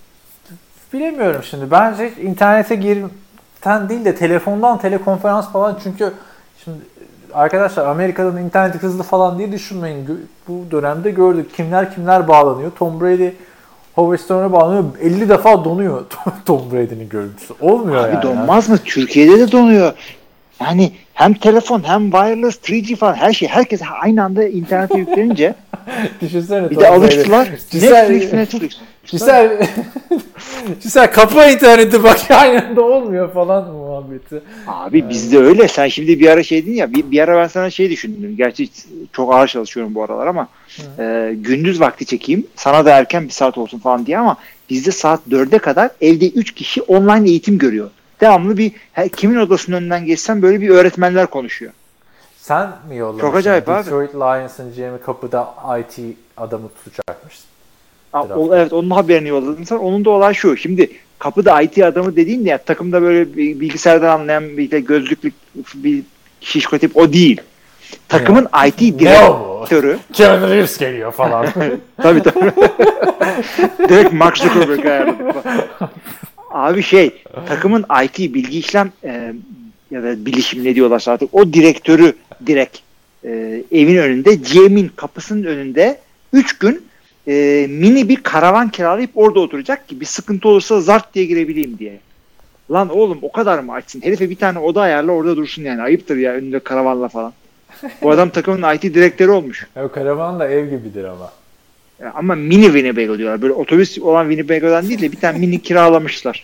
Bilemiyorum şimdi. Bence internete girten değil de telefondan telekonferans falan, çünkü şimdi arkadaşlar Amerika'dan internet hızlı falan diye düşünmeyin. Bu dönemde gördük. Kimler kimler bağlanıyor. Tom Brady Howard Stone'a bağlanıyor. elli defa donuyor Tom Brady'nin görüntüsü. Olmuyor abi yani. donmaz mı? Türkiye'de de donuyor. Yani hem telefon hem wireless üç G falan her şey. Herkes aynı anda internete yüklenince düşünsene. Bir de alıştılar. Netflix, Netflix. Cisel, Cisel kapa interneti bak aynı anda olmuyor falan muhabbeti. Abi yani. Bizde öyle. Sen şimdi bir ara şey dedin ya, bir, bir ara ben sana şey düşündüm. Gerçi çok ağır çalışıyorum bu aralar ama e, gündüz vakti çekeyim. Sana da erken bir saat olsun falan diye, ama bizde saat dörde kadar evde üç kişi online eğitim görüyor. Devamlı bir her, kimin odasının önünden geçsen böyle bir öğretmenler konuşuyor. Sen mi yollamışsın? Çok acayip Detroit abi. Lions'ın G M'i kapıda I T adamı tutacakmış. Aa, o, evet, onun haberini yolladın sen. Onun da olay şu. Şimdi kapıda I T adamı dediğin de ya, takımda böyle bilgisayardan anlayan bir de gözlüklü bir şişko tip o değil. Takımın ya. I T direktörü. Kevin Reeves geliyor falan. Tabii tabii. Direkt Mark Zuckerberg ayarladı. Abi şey, takımın I T bilgi işlem e, ya da bilişim ne diyorlar artık, o direktörü direkt e, evin önünde, G M'in kapısının önünde üç gün e, mini bir karavan kiralayıp orada oturacak ki bir sıkıntı olursa zart diye girebileyim diye. Lan oğlum, o kadar mı açsın? Herife bir tane oda ayarla, orada dursun yani. Ayıptır ya, önünde karavanla falan. Bu adam takımın I T direktörü olmuş. O karavan da ev gibidir ama. Ya, ama mini Winnebago diyorlar. Böyle otobüs olan Winnebago'dan değil de bir tane mini kiralamışlar.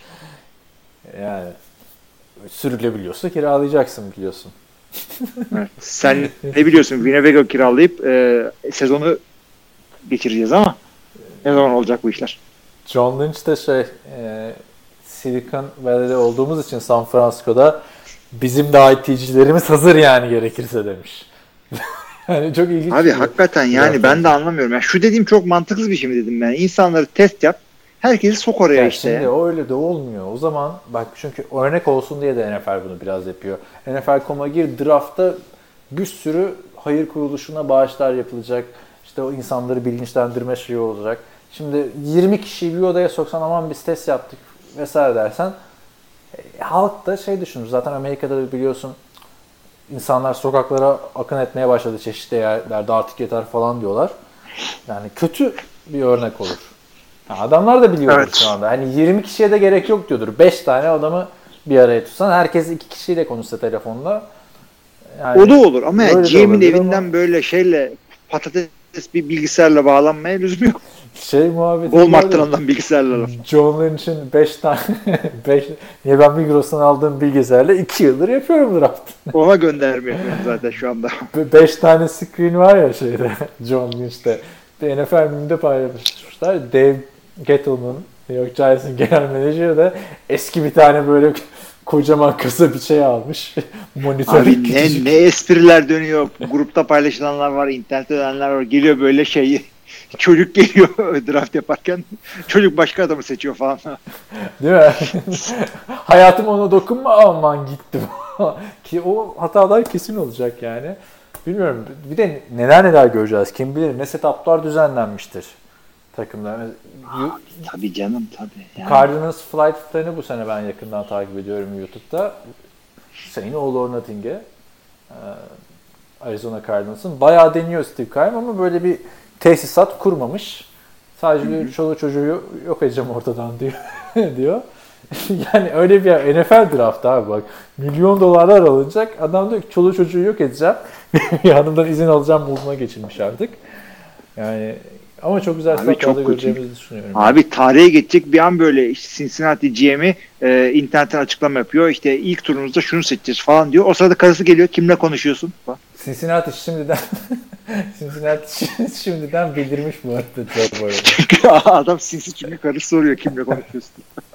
Yani sürülebiliyorsa kiralayacaksın biliyorsun. Evet. Sen ne biliyorsun, Winnebago kiralayıp e, sezonu geçireceğiz ama ne zaman olacak bu işler? John Lynch de şey e, Silicon Valley'de olduğumuz için San Francisco'da bizim de I T'cilerimiz hazır yani gerekirse demiş. Yani çok ilginç. Abi hakikaten yani ben de anlamıyorum. Yani şu dediğim çok mantıksız bir şey mi dedim ben? İnsanları test yap. Herkesi sok oraya ya işte. Şimdi ya. Öyle de olmuyor. O zaman bak, çünkü örnek olsun diye de N F L bunu biraz yapıyor. N F L nokta com'a gir, draftta bir sürü hayır kuruluşuna bağışlar yapılacak. İşte o insanları bilinçlendirme şeyi olacak. Şimdi yirmi kişiyi bir odaya soksan, aman biz test yaptık vesaire dersen e, halk da şey düşünür. Zaten Amerika'da da biliyorsun insanlar sokaklara akın etmeye başladı çeşitli yerlerde, artık yeter falan diyorlar. Yani kötü bir örnek olur. Yani adamlar da biliyordur evet. Şu anda. Hani yirmi kişiye de gerek yok diyordur. beş tane adamı bir araya tutsan, herkes iki kişiyle konuşsa telefonda. Yani o da olur ama ya G M'in evinden ama böyle şeyle patates bir bilgisayarla bağlanmaya lüzum yok. Şey muhabbeti. Walmart'tan alınan bilgisayarlar. John Lynch'in beş tane beş niye ben Migros'tan aldığım bilgisayarla iki yıldır yapıyorum draft. Ona gönderme yapıyorum zaten şu anda. beş tane screen var ya şeyde John Lynch'te. N F L mimde paylaşmışlar. Dave Gettleman, New York Giants'ın genel menajeri de eski bir tane böyle kocaman kasa bir şey almış. Monitör Abi ne, küçücük. ne espriler dönüyor. Grupta paylaşılanlar var, internette dönenler var. Geliyor böyle şey. Çocuk geliyor draft yaparken. Çocuk başka adamı seçiyor falan. Değil mi? Hayatım ona dokunma, aman gittim. Ki o hatalar kesin olacak yani. Bilmiyorum. Bir de neler neler göreceğiz. Kim bilir ne setuplar düzenlenmiştir takımlar. Tabii canım tabii. Yani. Cardinals flight'larını bu sene ben yakından takip ediyorum YouTube'da. Sayın All or Nothing'e. Arizona Cardinals'ın. Bayağı deniyor Steve Keim ama böyle bir tesisat kurmamış. Sadece diyor, çoluğu çocuğu yok edeceğim ortadan diyor. diyor. Yani öyle bir N F L draft abi bak. Milyon dolarlar alınacak. Adam diyor ki çoluğu çocuğu yok edeceğim. Yanımdan izin alacağım moduna geçilmiş artık. Yani ama çok güzel startlarda göreceğimizi düşünüyorum. Abi yani. Tarihe geçecek bir an böyle Cincinnati G M'i e, internetten açıklama yapıyor. İşte ilk turumuzda şunu seçeceğiz falan diyor. O sırada karısı geliyor. Kimle konuşuyorsun? Falan. Cincinnati şimdiden Cincinnati şimdiden bildirmiş bu arada. Çünkü adam sinsi çünkü karısı soruyor kimle konuşuyorsun.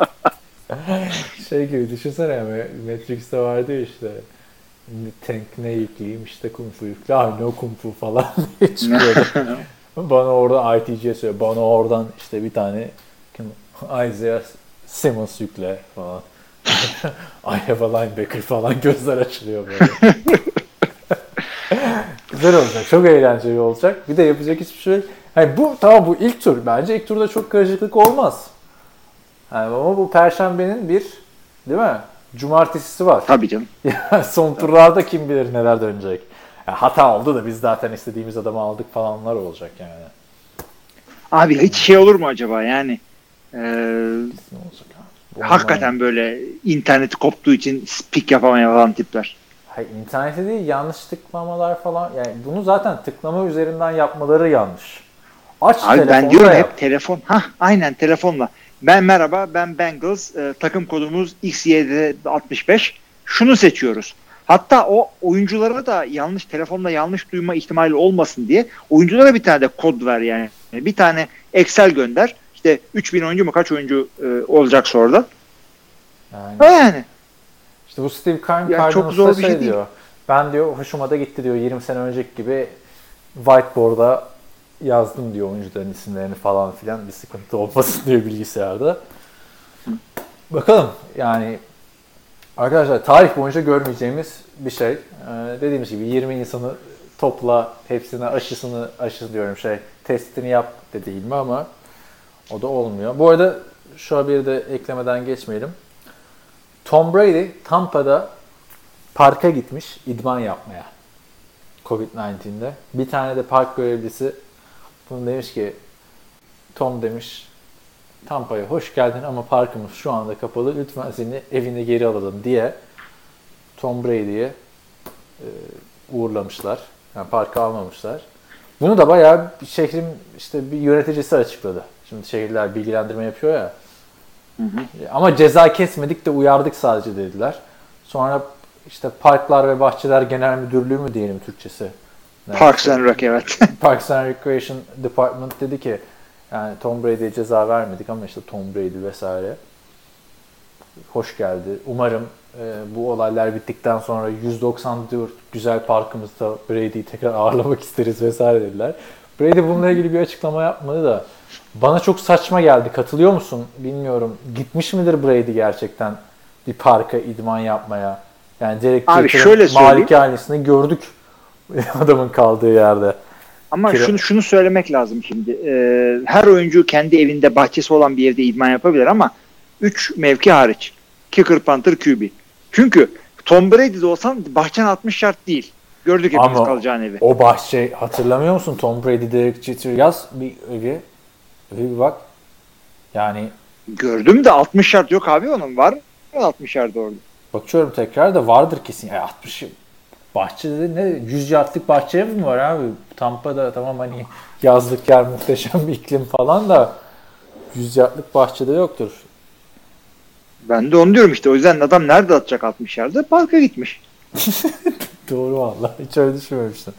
Şey gibi düşünsene ya, Matrix'te vardı ya işte tank ne yükleyeyim işte kung fu yükle, ah no kung fu falan diye çıkıyordu. Bana oradan I T G söylüyor, bana oradan işte bir tane kim, Isaiah Simmons yükle falan. I have a linebacker falan, gözler açılıyor böyle. Güzel olacak, çok eğlenceli olacak. Bir de yapacak hiçbir şey yok. Yani bu tamam, bu ilk tur. Bence ilk turda çok karışıklık olmaz. Yani ama bu Perşembenin bir, değil mi? Cumartesisi var. Tabii canım. Son turlarda kim bilir neler dönecek. Yani hata oldu da biz zaten istediğimiz adamı aldık falanlar olacak yani. Abi hiç şey olur mu acaba yani? Ee, ne olacak abi? Hakikaten böyle interneti koptuğu için speak yapamayan falan tipler. Hayır, internete değil, yanlış tıklamalar falan. Yani bunu zaten tıklama üzerinden yapmaları yanlış. Aç abi ben diyorum yap. hep telefon. Hah aynen telefonla. Ben merhaba, ben Bengals, e, takım kodumuz X Y altmış beş. Şunu seçiyoruz. Hatta o oyunculara da yanlış, telefonla yanlış duyma ihtimali olmasın diye oyunculara bir tane de kod ver yani. Bir tane Excel gönder. İşte üç bin oyuncu mu kaç oyuncu e, olacaksa orada. Yani. yani. İşte bu Steve Keim yani çok zor bir şey, şey diyor. Değil. Ben diyor hoşuma da gitti diyor, yirmi sene önceki gibi whiteboard'a yazdım diyor oyuncuların isimlerini falan filan, bir sıkıntı olmasın diyor bilgisayarda. Bakalım yani arkadaşlar, tarih boyunca görmeyeceğimiz bir şey. Ee, dediğimiz gibi yirmi insanı topla, hepsine aşısını, aşı diyorum şey, testini yap de değil mi ama o da olmuyor. Bu arada şu haberi de eklemeden geçmeyelim. Tom Brady Tampa'da parka gitmiş idman yapmaya. covid dokuzda. Bir tane de park görevlisi bunu demiş ki, Tom demiş, Tampa'ya hoş geldin ama parkımız şu anda kapalı. Lütfen seni evine geri alalım diye Tom Brady'ye e, uğurlamışlar. Yani parka almamışlar. Bunu da bayağı şehrin işte bir yöneticisi açıkladı. Şimdi şehirler bilgilendirme yapıyor ya. Hı hı. Ama ceza kesmedik de uyardık sadece dediler. Sonra işte Parklar ve Bahçeler Genel Müdürlüğü mü diyelim Türkçesi? Yani Parks and Rec, evet. Parks and Recreation Department dedi ki yani Tom Brady'ye ceza vermedik ama işte Tom Brady vesaire hoş geldi. Umarım e, bu olaylar bittikten sonra yüz doksan dört güzel parkımızda Brady'yi tekrar ağırlamak isteriz vesaire dediler. Brady bununla ilgili bir açıklama yapmadı da bana çok saçma geldi. Katılıyor musun? Bilmiyorum. Gitmiş midir Brady gerçekten bir parka idman yapmaya? Yani direkt malikanesini gördük adamın kaldığı yerde. Ama Kira. şunu şunu söylemek lazım şimdi. Ee, her oyuncu kendi evinde bahçesi olan bir yerde idman yapabilir ama üç mevki hariç. Kicker, punter, Q B. Çünkü Tom Brady'de olsan bahçen altmış yard değil. Gördük hepimiz ama kalacağın evi. O bahçe hatırlamıyor musun? Tom Brady, Derek Jeter yaz bir evi. Bir bak. Yani gördüm de altmış yard yok abi onun. Var mı altmış yard orada? Bakıyorum tekrar da vardır kesin. Yani altmış bahçede ne? yüz yardlık bahçe mi var abi? Tampa'da tamam hani yazlık yer, muhteşem bir iklim falan da yüz yardlık bahçede yoktur. Ben de onu diyorum işte. O yüzden adam nerede atacak altmış yardı? Parka gitmiş. Doğru vallahi. Hiç öyle düşünmemiştim.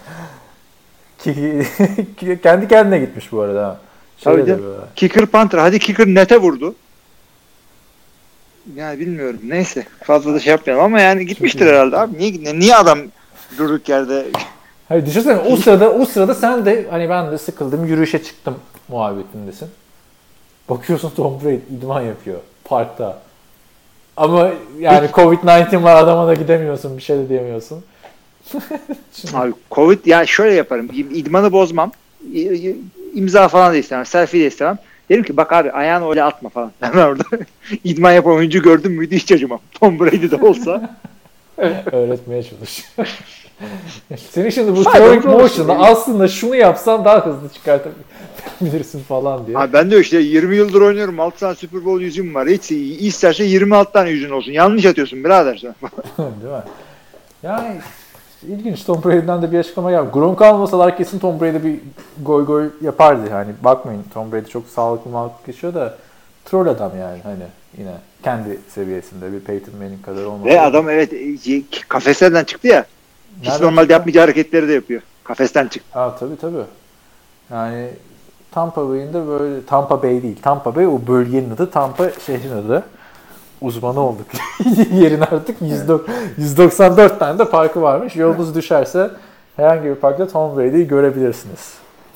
Kendi kendine gitmiş bu arada. Tabii de. Kicker, punter. Hadi kicker nete vurdu. Yani bilmiyorum. Neyse. Fazla da şey yapmayalım ama yani gitmiştir herhalde abi. Niye gitmiyor? Niye adam durduk yerde Hayır düşünsene o sırada o sırada sen de hani ben de sıkıldım yürüyüşe çıktım muhabbetindesin. Bakıyorsun Tom Brady idman yapıyor parkta. Ama yani covid on dokuz var adama da gidemiyorsun bir şey de diyemiyorsun. Şimdi... Abi Covid ya şöyle yaparım. İdmanı bozmam. İmza falan da istemem. Selfie de istemem. Derim ki bak abi ayağını öyle atma falan. Hemen orada idman yapan oyuncu gördüm müydü hiç acımam. Tom Brady de olsa. Öğretmeye çalışıyor. Senin şimdi bu throwing motion'da aslında şunu yapsan daha hızlı çıkartabilirsin falan diye. Abi ben de işte yirmi yıldır oynuyorum. altı tane Super Bowl yüzüm var. Hiç isterse yirmi altı tane yüzün olsun. Yanlış atıyorsun birader sen. Değil mi? Yani ilginç Tom Brady'den de bir açıklama geldi. Gronk almasalar kesin Tom Brady bir goy goy yapardı. Hani bakmayın Tom Brady çok sağlıklı mağlık geçiyor da troll adam yani hani yine kendi seviyesinde bir Peyton Manning kadar olmasa. Ve adam evet kafeslerden çıktı ya. Hiç Nereden normalde çıktı? yapmayacağı hareketleri de yapıyor. Kafesten çıktı. Ha tabii tabii. Yani Tampa Bay'in de böyle Tampa Bay değil. Tampa Bay o bölgenin adı, Tampa şehrin adı. Uzmanı olduk. Yerin artık yüz doksan dört tane de parkı varmış. Yolunuz düşerse herhangi bir parkta Tom Brady'yi görebilirsiniz.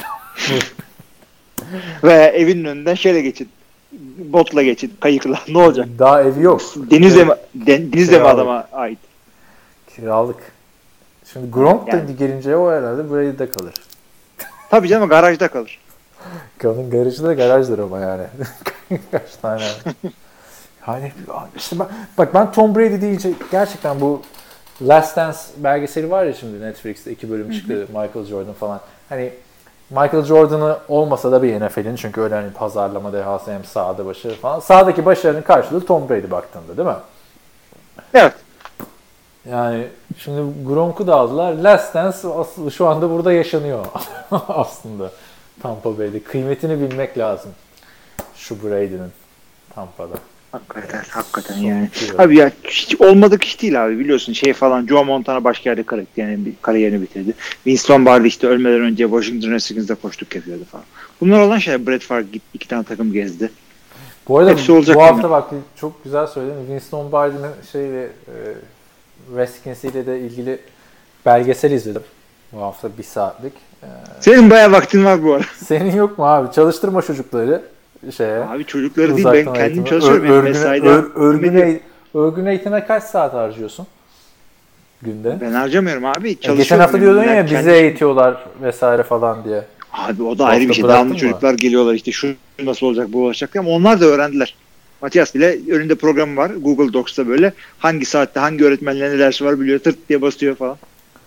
Ve evinin önünden şöyle geçin. Botla geçin. Kayıkla. Ne olacak? Daha evi yok. Denizde mi, den, denizde mi Kiralık. adama ait? Kiralık. Şimdi Gronk da Yani. gelince o herhalde Brady'de kalır. Tabii canım garajda kalır. Kanın garajı da garajdır ama yani. Kaç tane. Hani işte bak, bak ben Tom Brady deyince gerçekten bu Last Dance belgeseli var ya şimdi Netflix'te iki bölüm çıktı Michael Jordan falan. Hani Michael Jordan'ı olmasa da bir N F L'in çünkü öyle hani pazarlama dehası hem sahada başarı falan. Sahadaki başarının karşılığı Tom Brady baktığında değil mi? Evet. Yani şimdi Gronk'u da aldılar. Last Dance aslında şu anda burada yaşanıyor aslında. Tampa Bay'de. Kıymetini bilmek lazım. Şu Brady'nin Tampa'da. Hakikaten, hakikaten yani. Abi ya hiç olmadık iş değil abi biliyorsun şey falan Joe Montana başka yerde kar- yani bir kariyerini bitirdi. Vince Lombardi işte ölmeden önce Washington Redskins'de koştuk yapıyordu falan. Bunlar olan şeyler Brett Favre gitti iki tane takım gezdi. Bu arada Hepsi olacak bu hafta yani. bak çok güzel söyledin. Vince Lombardi'nin şeyle e, Redskins ile de ilgili belgesel izledim. Bu hafta bir saatlik. E, Senin bayağı vaktin var bu arada. senin yok mu abi? Çalıştırma çocukları şeye. Abi çocukları değil uzaktan ben kendim eğitime. çalışıyorum. Ör- Benim örgüne, mesaide ör- örgüne, örgün eğitime kaç saat harcıyorsun günde? ben harcamıyorum abi. Ya Çalışıyorum. geçen hafta yani. diyordun Ben ya bize kendim- eğitiyorlar vesaire falan diye. Abi o da ayrı bir hafta şey. bıraktın Devamlı mı? çocuklar geliyorlar işte şu nasıl olacak bu olacak diye ama onlar da öğrendiler. Matias bile önünde programı var Google Docs'ta böyle hangi saatte hangi öğretmenlerin ne dersi var biliyor tırt diye basıyor falan.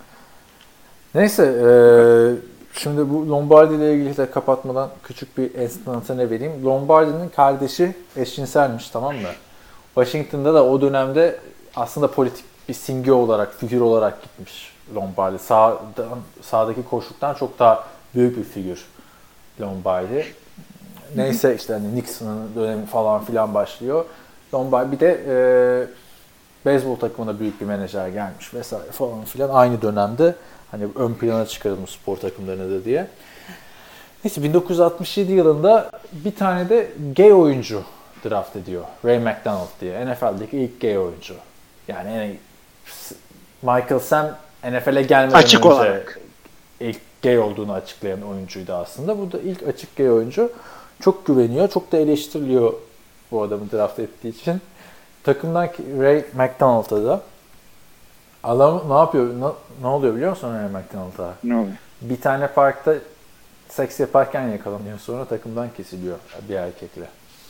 Neyse eee, şimdi bu Lombardi ile ilgili de kapatmadan küçük bir enstantane vereyim. Lombardi'nin kardeşi eşcinselmiş tamam mı? Washington'da da o dönemde aslında politik bir simge olarak, figür olarak gitmiş Lombardi. Sağdan, sağdaki koşuktan çok daha büyük bir figür Lombardi. Neyse işte hani Nixon'ın dönemi falan filan başlıyor. Lombardi bir de eee beyzbol takımına büyük bir menajer gelmiş vesaire falan filan aynı dönemde hani ön plana çıkarılmış spor takımlarına da diye. Neyse bin dokuz yüz altmış yedi yılında bir tane de gay oyuncu draft ediyor. Ray McDonald diye. N F L'deki ilk gay oyuncu. Yani, yani Michael Sam N F L'e gelmeden Açık önce olarak. ilk gay olduğunu açıklayan oyuncuydu aslında. Bu da ilk açık gay oyuncu. Çok güveniyor. Çok da eleştiriliyor bu adamı draft ettiği için. Takımdan Ray McDonald'a da adam ne yapıyor? Ne, ne oluyor biliyor musun Ray McDonald'a? Ne oluyor? Bir tane parkta seks yaparken yakalanıyor. Sonra takımdan kesiliyor bir erkekle.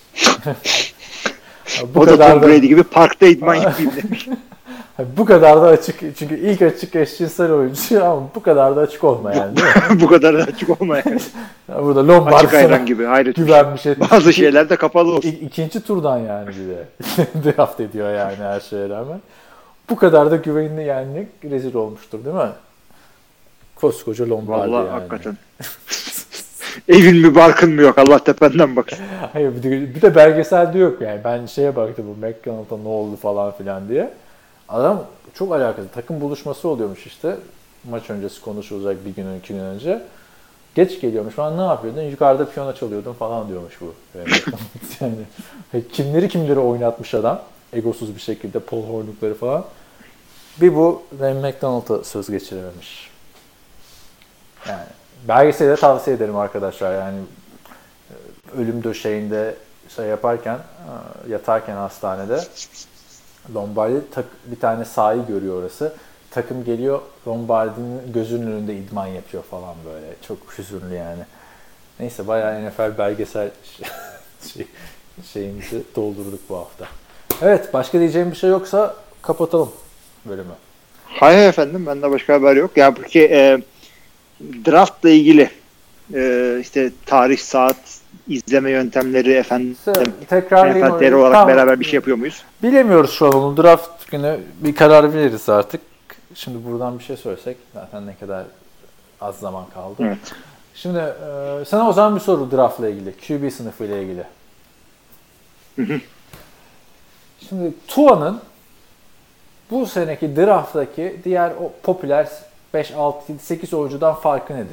bu O da kadar Tom da, Brady gibi parkta idman yapayım demiş. bu kadar da açık. Çünkü ilk açık eşcinsel oyuncu ama bu kadar da açık olma yani değil mi? Bu kadar da açık olmayan. Burada Lombard Açık sana ayran gibi. Hayret. güvenmiş etmiş. Bazı şeyler de kapalı olsun. İ- ikinci turdan yani bir de draft ediyor yani her şeye rağmen. Bu kadar da güvenli yani rezil olmuştur değil mi? Koskoca Lombardi Vallahi yani. hakikaten. Evin mi barkın mı yok Allah tependen bak. Hayır bir de, bir de belgeselde yok yani. Ben şeye baktım bu McDonald'a ne oldu falan filan diye. Adam çok alakası. Takım buluşması oluyormuş işte. Maç öncesi konuşulacak bir gün iki gün önce. Geç geliyormuş. Ben ne yapıyordun? Yukarıda piyano çalıyordum falan diyormuş bu. Yani kimleri kimleri oynatmış adam. egosuz bir şekilde Paul Hornukları falan. Bir bu Ray McDonald'a söz geçirememiş. Yani belgeseli de tavsiye ederim arkadaşlar. Yani ölüm döşeğinde şey yaparken, yatarken hastanede Lombardi tak, bir tane sahi görüyor orası. Takım geliyor, Lombardi'nin gözünün önünde idman yapıyor falan böyle. Çok hüzünlü yani. Neyse bayağı N F L belgesel şey, şeyimizi doldurduk bu hafta. Evet, başka diyeceğim bir şey yoksa kapatalım bölümü. Hayır efendim, bende başka haber yok. Ya porque e, draftla ilgili e, işte tarih, saat, izleme yöntemleri efendim. Tekrarlayayım. N F L olarak tamam. Beraber bir şey yapıyor muyuz? Bilemiyoruz şu an onu. Draft günü bir karar veririz artık. Şimdi buradan bir şey söylesek zaten ne kadar az zaman kaldı. Evet. Şimdi e, sana o zaman bir soru draftla ilgili. Q B sınıfıyla ilgili. Hı hı. Şimdi Tua'nın bu seneki drafttaki diğer o popüler beş, altı, yedi, sekiz oyuncudan farkı nedir?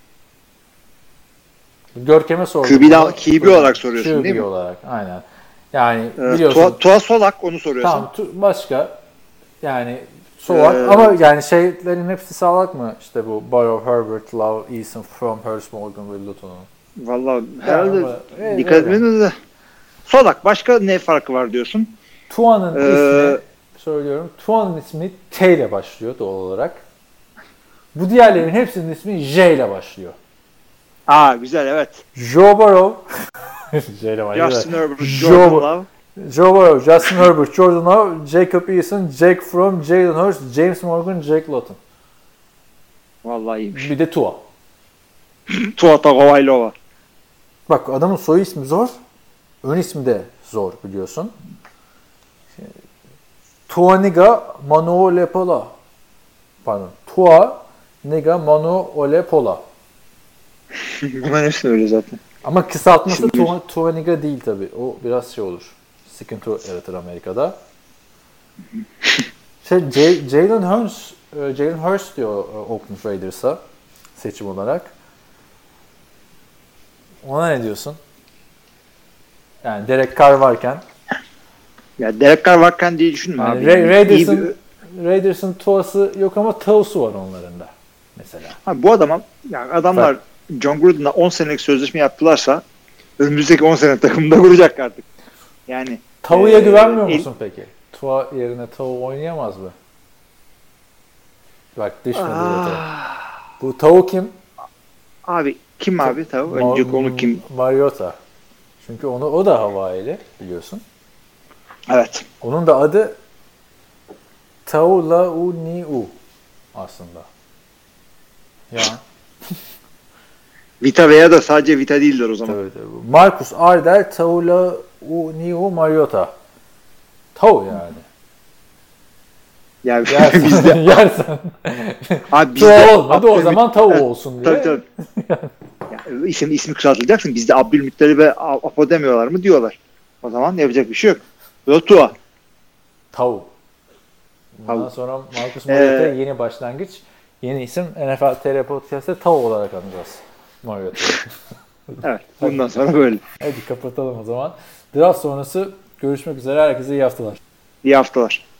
Görkem'e sordum. Q B olarak soruyorsun Q B değil mi? olarak, aynen. Yani ee, biliyorsun. Tua, Tua Solak onu soruyorsun. Tamam, tu, başka yani Solak ee, ama yani şeylerin hepsi sağlak mı? İşte bu Burrow, Herbert, Love, Eason, From, Hurst, Morgan ve Luton'un. Vallahi herhalde yani, dikkat etmediniz de. Solak başka ne farkı var diyorsun? Tua'nın ee, ismi söylüyorum. Tua'nın ismi T ile başlıyor doğal olarak. Bu diğerlerinin hepsinin ismi J ile başlıyor. Aa güzel evet. Joe Burrow, J ile başlıyor. Justin Herbert, Jordan Love. Joe Burrow, Justin Herbert, Jordan Love, Jacob Eason, Jake Fromm, Jalen Hurts, James Morgan, Jake Luton. Vallahi iyiymiş. Bir de Tua. Tua Tagovailoa. Bak adamın soy ismi zor, ön ismi de zor biliyorsun. Tuaniga Manolepola. Pardon. Tua Niga Manolepola. Bunların hepsini öyle zaten. Ama kısaltması Tua, Tuaniga değil tabi. O biraz şey olur. Sıkıntı yaratır Amerika'da. Şey, J- Jalen Hurts, Jalen Hurts diyor Oakland Raiders'a seçim olarak. Ona ne diyorsun? Yani Derek Carr varken. Ya Derek Carr varken diye düşünme yani abi. Ra- Yani Raiders'ın bir... Raiders'ın Tua'sı yok ama Tau'su var onların da mesela. Ha, bu adama yani adamlar evet. John Gruden'la on senelik sözleşme yaptılarsa önümüzdeki on sene takımda kuracak artık. Yani Tau'ya e, güvenmiyor el... musun peki? Tua yerine Tau oynayamaz mı? Bak düşmedi zaten. Bu Tau kim? Abi kim abi Tau? Önce konu kim? Mariota. Çünkü onu o da Hawaii'li biliyorsun. Evet. Onun da adı Taulauniu aslında. Ya. Vita veya da sadece Vita değildir o zaman. Tabii, tabii. Marcus Ardell Taulauniu Mariota. Tau yani. Ya yersen, bizde yersen. Abi bizde Tau olmadı o zaman Tau olsun diye. Tabii tabii. Ya, isim, ismi kısaltılacaksın. Bizde Abdülmuttalip ve Apo demiyorlar mı diyorlar. O zaman yapacak bir şey yok. Bu da Tua. Tau. Bundan sonra Marcus Mariota ee, yeni başlangıç. Yeni isim N F L T R Podcast'te Tau olarak anacağız. Mariota'yı. Evet. Bundan sonra böyle. Hadi kapatalım o zaman. Draft sonrası görüşmek üzere. Herkese iyi haftalar. İyi haftalar.